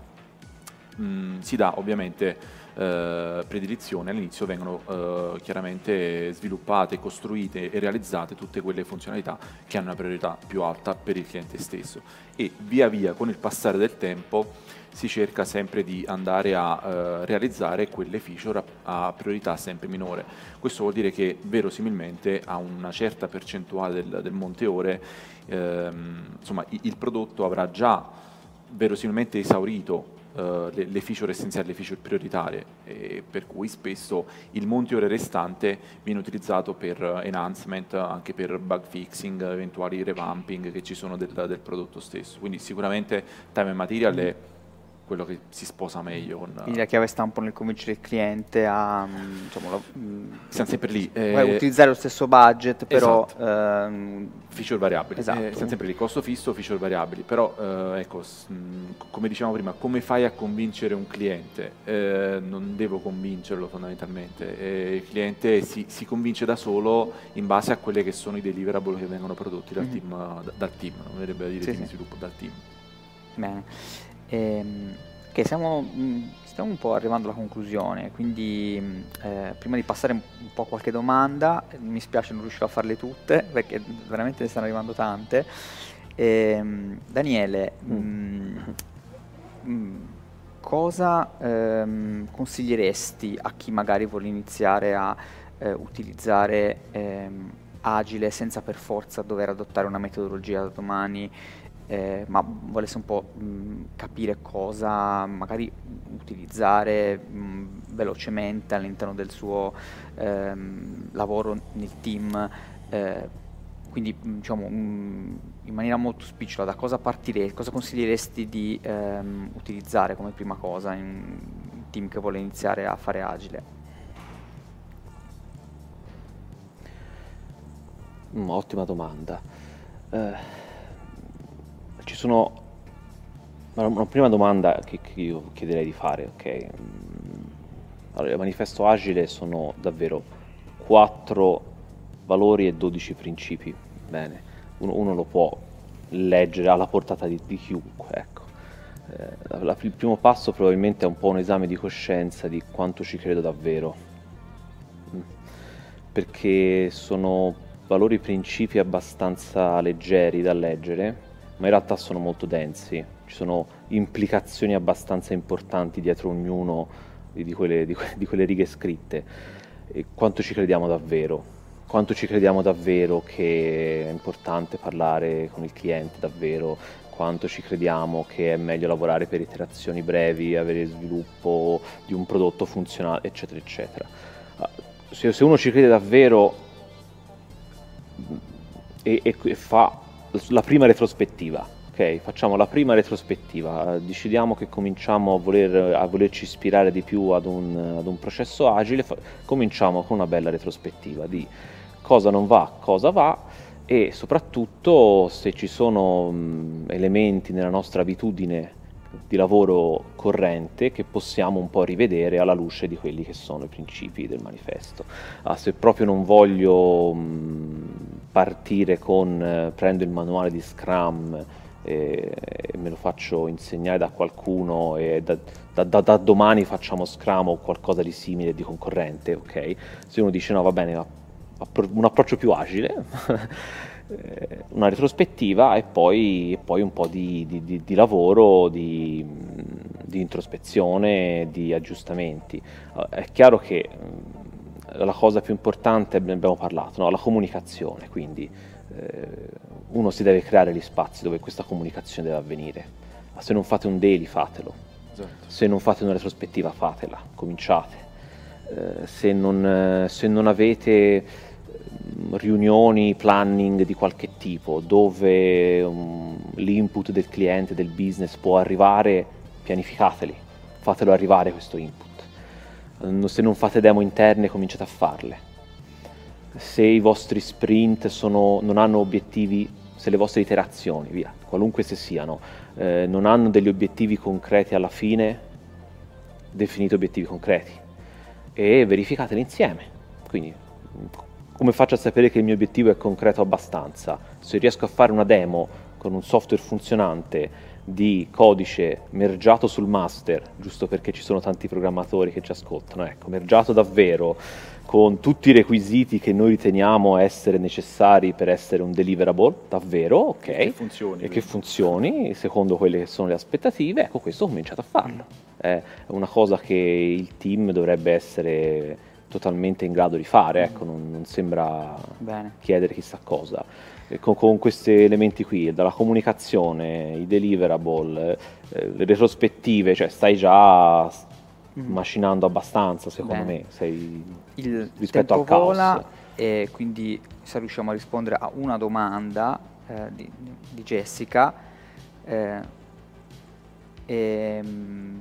mh, si dà ovviamente eh, predilizione. All'inizio vengono eh, chiaramente sviluppate, costruite e realizzate tutte quelle funzionalità che hanno una priorità più alta per il cliente stesso, e via via con il passare del tempo si cerca sempre di andare a eh, realizzare quelle feature a, a priorità sempre minore. Questo vuol dire che verosimilmente a una certa percentuale del, del monte ore ehm, insomma, il, il prodotto avrà già verosimilmente esaurito Uh, le, le feature essenziali, le feature prioritarie, e per cui spesso il monte ore restante viene utilizzato per uh, enhancement, anche per bug fixing, eventuali revamping che ci sono del, del prodotto stesso. Quindi sicuramente time and material è quello che si sposa meglio con... Quindi la chiave sta un po' nel convincere il cliente a mh, diciamo, la, mh, siamo sempre lì. eh, Eh, utilizzare lo stesso budget, però esatto. ehm, feature variabili, esatto. eh, siamo sempre lì, costo fisso, feature variabili, però eh, ecco, s- mh, come dicevamo prima, come fai a convincere un cliente? Eh, non devo convincerlo fondamentalmente, eh, il cliente si, si convince da solo in base a quelle che sono i deliverable che vengono prodotti dal, Mhm. team, da- dal team, non verrebbe da dire Sì, team di sì. sviluppo, dal team. Bene. Ehm, ok, siamo, mh, stiamo un po' arrivando alla conclusione, quindi mh, eh, prima di passare un, un po' a qualche domanda, eh, mi spiace non riuscirò a farle tutte, perché veramente ne stanno arrivando tante. Ehm, Daniele, mh, mh, cosa ehm, consiglieresti a chi magari vuole iniziare a eh, utilizzare ehm, Agile senza per forza dover adottare una metodologia da domani? Eh, ma volesse un po' mh, capire cosa magari utilizzare mh, velocemente all'interno del suo ehm, lavoro nel team, eh, quindi mh, diciamo mh, in maniera molto spicciola, da cosa partiresti, cosa consiglieresti di ehm, utilizzare come prima cosa in un team che vuole iniziare a fare agile? Mm, ottima domanda. Eh, ci sono una, una prima domanda che, che io chiederei di fare, ok? Mm, Allora, il manifesto agile sono davvero quattro valori e dodici principi. Bene, uno, uno lo può leggere alla portata di, di chiunque, ecco. Eh, la- la- il primo passo probabilmente è un po' un esame di coscienza di quanto ci credo davvero. Mm. Perché sono valori principi abbastanza leggeri da leggere, ma in realtà sono molto densi. Ci sono implicazioni abbastanza importanti dietro ognuno di, di quelle, di, que- di quelle righe scritte. E quanto ci crediamo davvero? Quanto ci crediamo davvero che è importante parlare con il cliente davvero? Quanto ci crediamo che è meglio lavorare per iterazioni brevi, avere sviluppo di un prodotto funzionale, eccetera, eccetera. Ah, Se, se uno ci crede davvero, e, e, e fa la prima retrospettiva. Ok, facciamo la prima retrospettiva, decidiamo che cominciamo a, voler, a volerci ispirare di più ad un, ad un processo agile, fa, cominciamo con una bella retrospettiva di cosa non va, cosa va, e soprattutto se ci sono mh, elementi nella nostra abitudine di lavoro corrente che possiamo un po' rivedere alla luce di quelli che sono i principi del manifesto. Ah, se proprio non voglio mh, partire con eh, prendo il manuale di Scrum e, e me lo faccio insegnare da qualcuno e da, da, da, da domani facciamo Scrum o qualcosa di simile, di concorrente, ok? Se uno dice no, va bene, ma un approccio più agile, una retrospettiva e poi, e poi un po' di, di, di, di lavoro, di, di introspezione, di aggiustamenti. È chiaro che la cosa più importante, ne abbiamo parlato, no? La comunicazione, quindi eh, uno si deve creare gli spazi dove questa comunicazione deve avvenire. Se non fate un daily, fatelo. Esatto. Se non fate una retrospettiva, fatela, cominciate. Eh, se, non, se non avete riunioni, planning di qualche tipo, dove um, l'input del cliente, del business può arrivare, pianificateli, fatelo arrivare questo input. Se non fate demo interne, cominciate a farle. Se i vostri sprint sono, non hanno obiettivi, se le vostre iterazioni, via, qualunque se siano, eh, non hanno degli obiettivi concreti alla fine, definite obiettivi concreti e verificateli insieme. Quindi, come faccio a sapere che il mio obiettivo è concreto abbastanza? Se riesco a fare una demo con un software funzionante di codice mergiato sul master, giusto perché ci sono tanti programmatori che ci ascoltano, ecco, mergiato davvero, con tutti i requisiti che noi riteniamo essere necessari per essere un deliverable, davvero, ok, e che funzioni, e che funzioni secondo quelle che sono le aspettative, ecco, questo ho cominciato a farlo. È una cosa che il team dovrebbe essere totalmente in grado di fare, ecco, non, non sembra Bene. chiedere chissà cosa. E con, con questi elementi qui, dalla comunicazione, i deliverable, eh, le retrospettive, cioè stai già mm. macinando abbastanza, secondo Bene. me, sei il rispetto tempo al caos. Vola, e quindi se riusciamo a rispondere a una domanda eh, di, di Jessica, eh, e,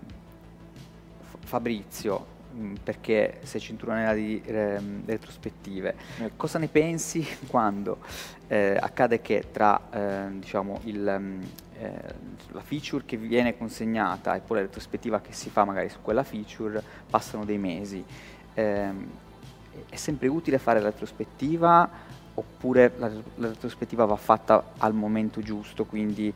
Fabrizio, perché sei cintura nera di eh, retrospettive, ecco. Cosa ne pensi quando eh, accade che tra eh, diciamo il, eh, la feature che viene consegnata e poi la retrospettiva che si fa magari su quella feature passano dei mesi? Eh, è sempre utile fare la retrospettiva oppure la, la retrospettiva va fatta al momento giusto, quindi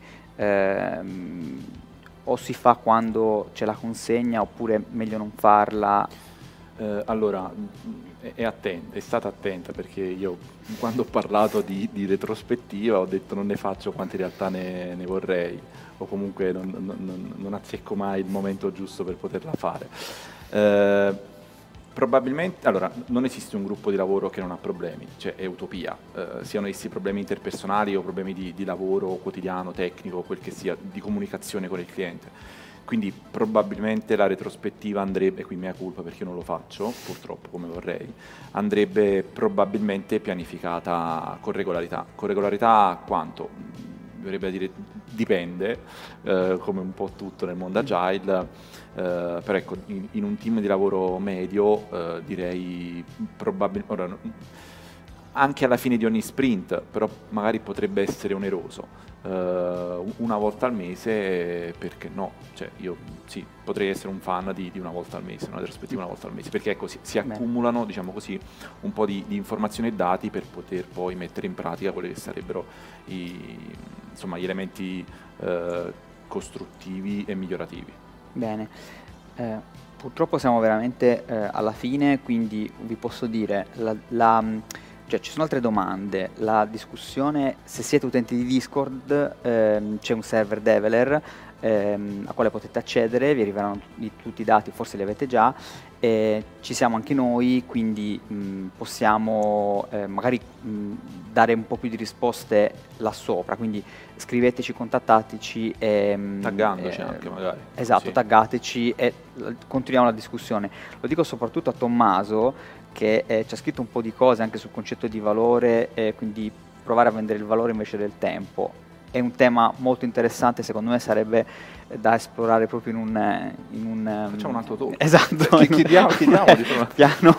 ehm, o si fa quando c'è la consegna oppure meglio non farla? Eh, allora, è, è, attenta, è stata attenta, perché io quando ho parlato di, di retrospettiva ho detto non ne faccio quante in realtà ne, ne vorrei, o comunque non, non, non azzecco mai il momento giusto per poterla fare. Eh, probabilmente, allora, non esiste un gruppo di lavoro che non ha problemi, cioè è utopia, eh, siano essi problemi interpersonali o problemi di, di lavoro quotidiano, tecnico, quel che sia, di comunicazione con il cliente. Quindi probabilmente la retrospettiva andrebbe, e qui mea culpa perché io non lo faccio, purtroppo come vorrei, andrebbe probabilmente pianificata con regolarità. Con regolarità quanto? Dovrebbe dire dipende, eh, come un po' tutto nel mondo agile, eh, però ecco, in, in un team di lavoro medio eh, direi probabilmente, anche alla fine di ogni sprint, però magari potrebbe essere oneroso. Uh, una volta al mese, perché no? Cioè io sì, potrei essere un fan di, di una volta al mese, una retrospettiva una volta al mese, perché ecco, si, si accumulano, diciamo così, un po' di, di informazioni e dati per poter poi mettere in pratica quelli che sarebbero i, insomma, gli elementi uh, costruttivi e migliorativi. Bene, eh, purtroppo siamo veramente eh, alla fine, quindi vi posso dire la, la Cioè, ci sono altre domande. La discussione, se siete utenti di Discord, ehm, c'è un server Develer ehm, a quale potete accedere, vi arriveranno tutti, tutti i dati, forse li avete già, e ci siamo anche noi, quindi mh, possiamo eh, magari mh, dare un po' più di risposte là sopra, quindi scriveteci, contattateci e, taggandoci eh, anche magari. Esatto, sì. taggateci e continuiamo la discussione. Lo dico soprattutto a Tommaso, che eh, ci ha scritto un po' di cose anche sul concetto di valore, eh, quindi provare a vendere il valore invece del tempo. È un tema molto interessante, secondo me sarebbe da esplorare proprio in un... In un Facciamo un altro talk. Esatto. Ci chiediamo, chiediamo di fare una- piano.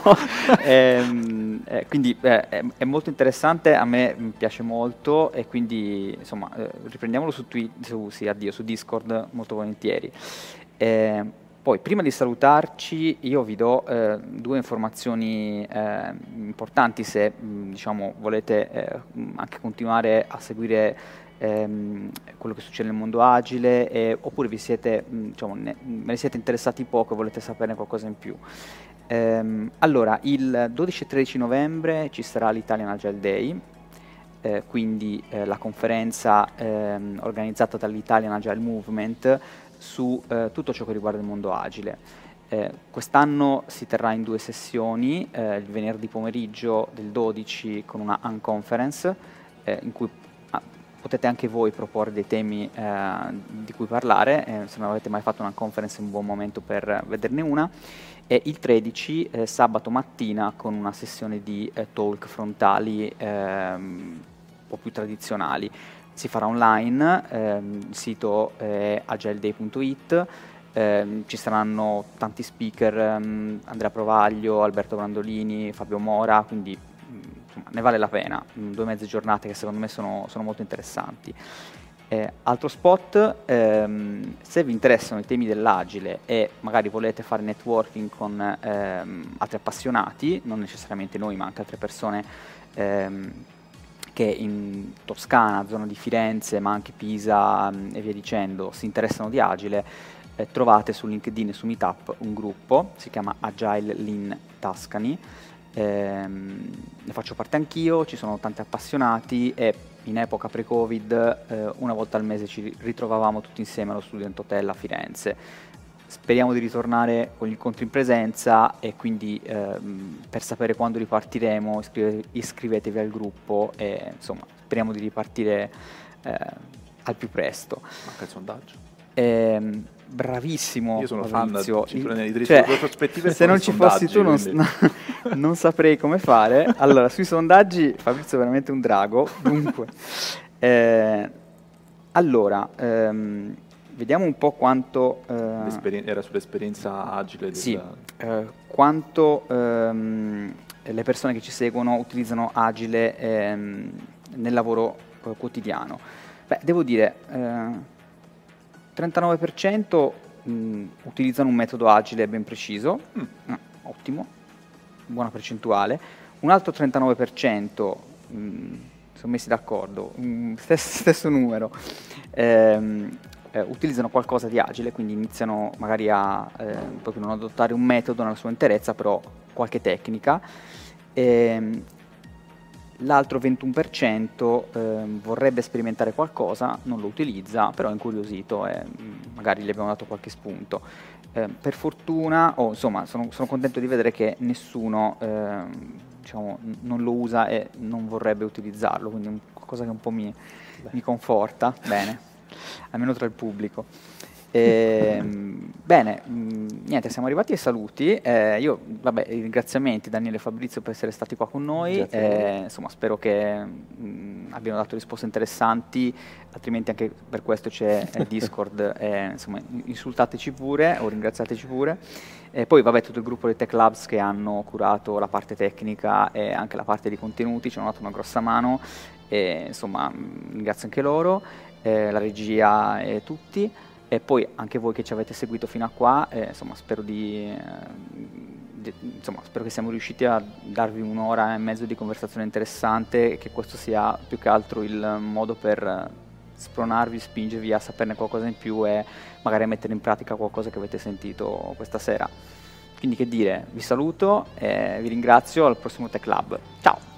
Ehm, eh, quindi eh, è, è molto interessante, a me mi piace molto e quindi insomma eh, riprendiamolo su, twi- su, sì, addio, su Discord molto volentieri. Eh, poi prima di salutarci io vi do eh, due informazioni eh, importanti se mh, diciamo, volete eh, mh, anche continuare a seguire ehm, quello che succede nel mondo agile e, oppure vi siete, mh, diciamo, ne, me ne siete interessati poco e volete saperne qualcosa in più. Ehm, allora, il dodici e tredici novembre ci sarà l'Italian Agile Day, eh, quindi eh, la conferenza ehm, organizzata dall'Italian Agile Movement su eh, tutto ciò che riguarda il mondo agile. Eh, quest'anno si terrà in due sessioni, eh, il venerdì pomeriggio del dodici con una unconference eh, in cui ah, potete anche voi proporre dei temi eh, di cui parlare, eh, se non avete mai fatto una conference è un buon momento per vederne una, e il tredici eh, sabato mattina con una sessione di eh, talk frontali ehm, un po' più tradizionali. Si farà online, ehm, il sito è agileday punto it, ehm, ci saranno tanti speaker, ehm, Andrea Provaglio, Alberto Brandolini, Fabio Mora, quindi mh, insomma, ne vale la pena, mh, due mezze giornate che secondo me sono, sono molto interessanti. Eh, altro spot, ehm, se vi interessano i temi dell'agile e magari volete fare networking con ehm, altri appassionati, non necessariamente noi ma anche altre persone ehm, che in Toscana, zona di Firenze, ma anche Pisa mh, e via dicendo, si interessano di agile, eh, trovate su LinkedIn e su Meetup un gruppo, si chiama Agile Lean Tuscany, ehm, ne faccio parte anch'io, ci sono tanti appassionati e in epoca pre-Covid eh, una volta al mese ci ritrovavamo tutti insieme allo Student Hotel a Firenze. Speriamo di ritornare con gli incontri in presenza e quindi ehm, per sapere quando ripartiremo iscrive- iscrivetevi al gruppo e insomma speriamo di ripartire eh, al più presto. Manca il sondaggio. Ehm, bravissimo Io sono Fabrizio. fan da cifre nelle Cioè, due prospettive. se non ci fossi tu non, quindi. non saprei come fare. Allora, sui sondaggi Fabrizio è veramente un drago. Dunque, eh, allora, ehm, vediamo un po' quanto... eh, L'esperien- era sull'esperienza agile. sì, del... eh, quanto ehm, le persone che ci seguono utilizzano Agile ehm, nel lavoro eh, quotidiano. Beh, devo dire, eh, trentanove per cento mh, utilizzano un metodo agile ben preciso, Mm. ah, ottimo, buona percentuale. Un altro trentanove per cento, mh, sono messi d'accordo, mh, stesso, stesso numero, ehm, eh, utilizzano qualcosa di agile, quindi iniziano magari a eh, proprio non adottare un metodo nella sua interezza, però qualche tecnica. Ehm, L'altro ventuno per cento ehm, vorrebbe sperimentare qualcosa, non lo utilizza, però è incuriosito e mh, magari gli abbiamo dato qualche spunto. Eh, per fortuna, o insomma, sono, sono contento di vedere che nessuno ehm, diciamo, n- non lo usa e non vorrebbe utilizzarlo, quindi è un- qualcosa che un po' mi, mi conforta, bene, almeno tra il pubblico. Ehm, bene, mh, niente, siamo arrivati ai saluti. Eh, io, vabbè, i ringraziamenti Daniele e Fabrizio per essere stati qua con noi. Grazie a voi. Eh, insomma, spero che mh, abbiano dato risposte interessanti, altrimenti anche per questo c'è eh, Discord. Eh, insomma, insultateci pure o ringraziateci pure. E poi, vabbè, tutto il gruppo dei Tech Labs che hanno curato la parte tecnica e anche la parte di contenuti, ci hanno dato una grossa mano. E, insomma, mh, ringrazio anche loro, eh, la regia e tutti. E poi anche voi che ci avete seguito fino a qua, eh, insomma, spero, di, eh, di- insomma, spero che siamo riusciti a darvi un'ora e mezzo di conversazione interessante e che questo sia più che altro il modo per eh, spronarvi, spingervi a saperne qualcosa in più e magari a mettere in pratica qualcosa che avete sentito questa sera. Quindi che dire, vi saluto e vi ringrazio, al prossimo Tech Lab. Ciao!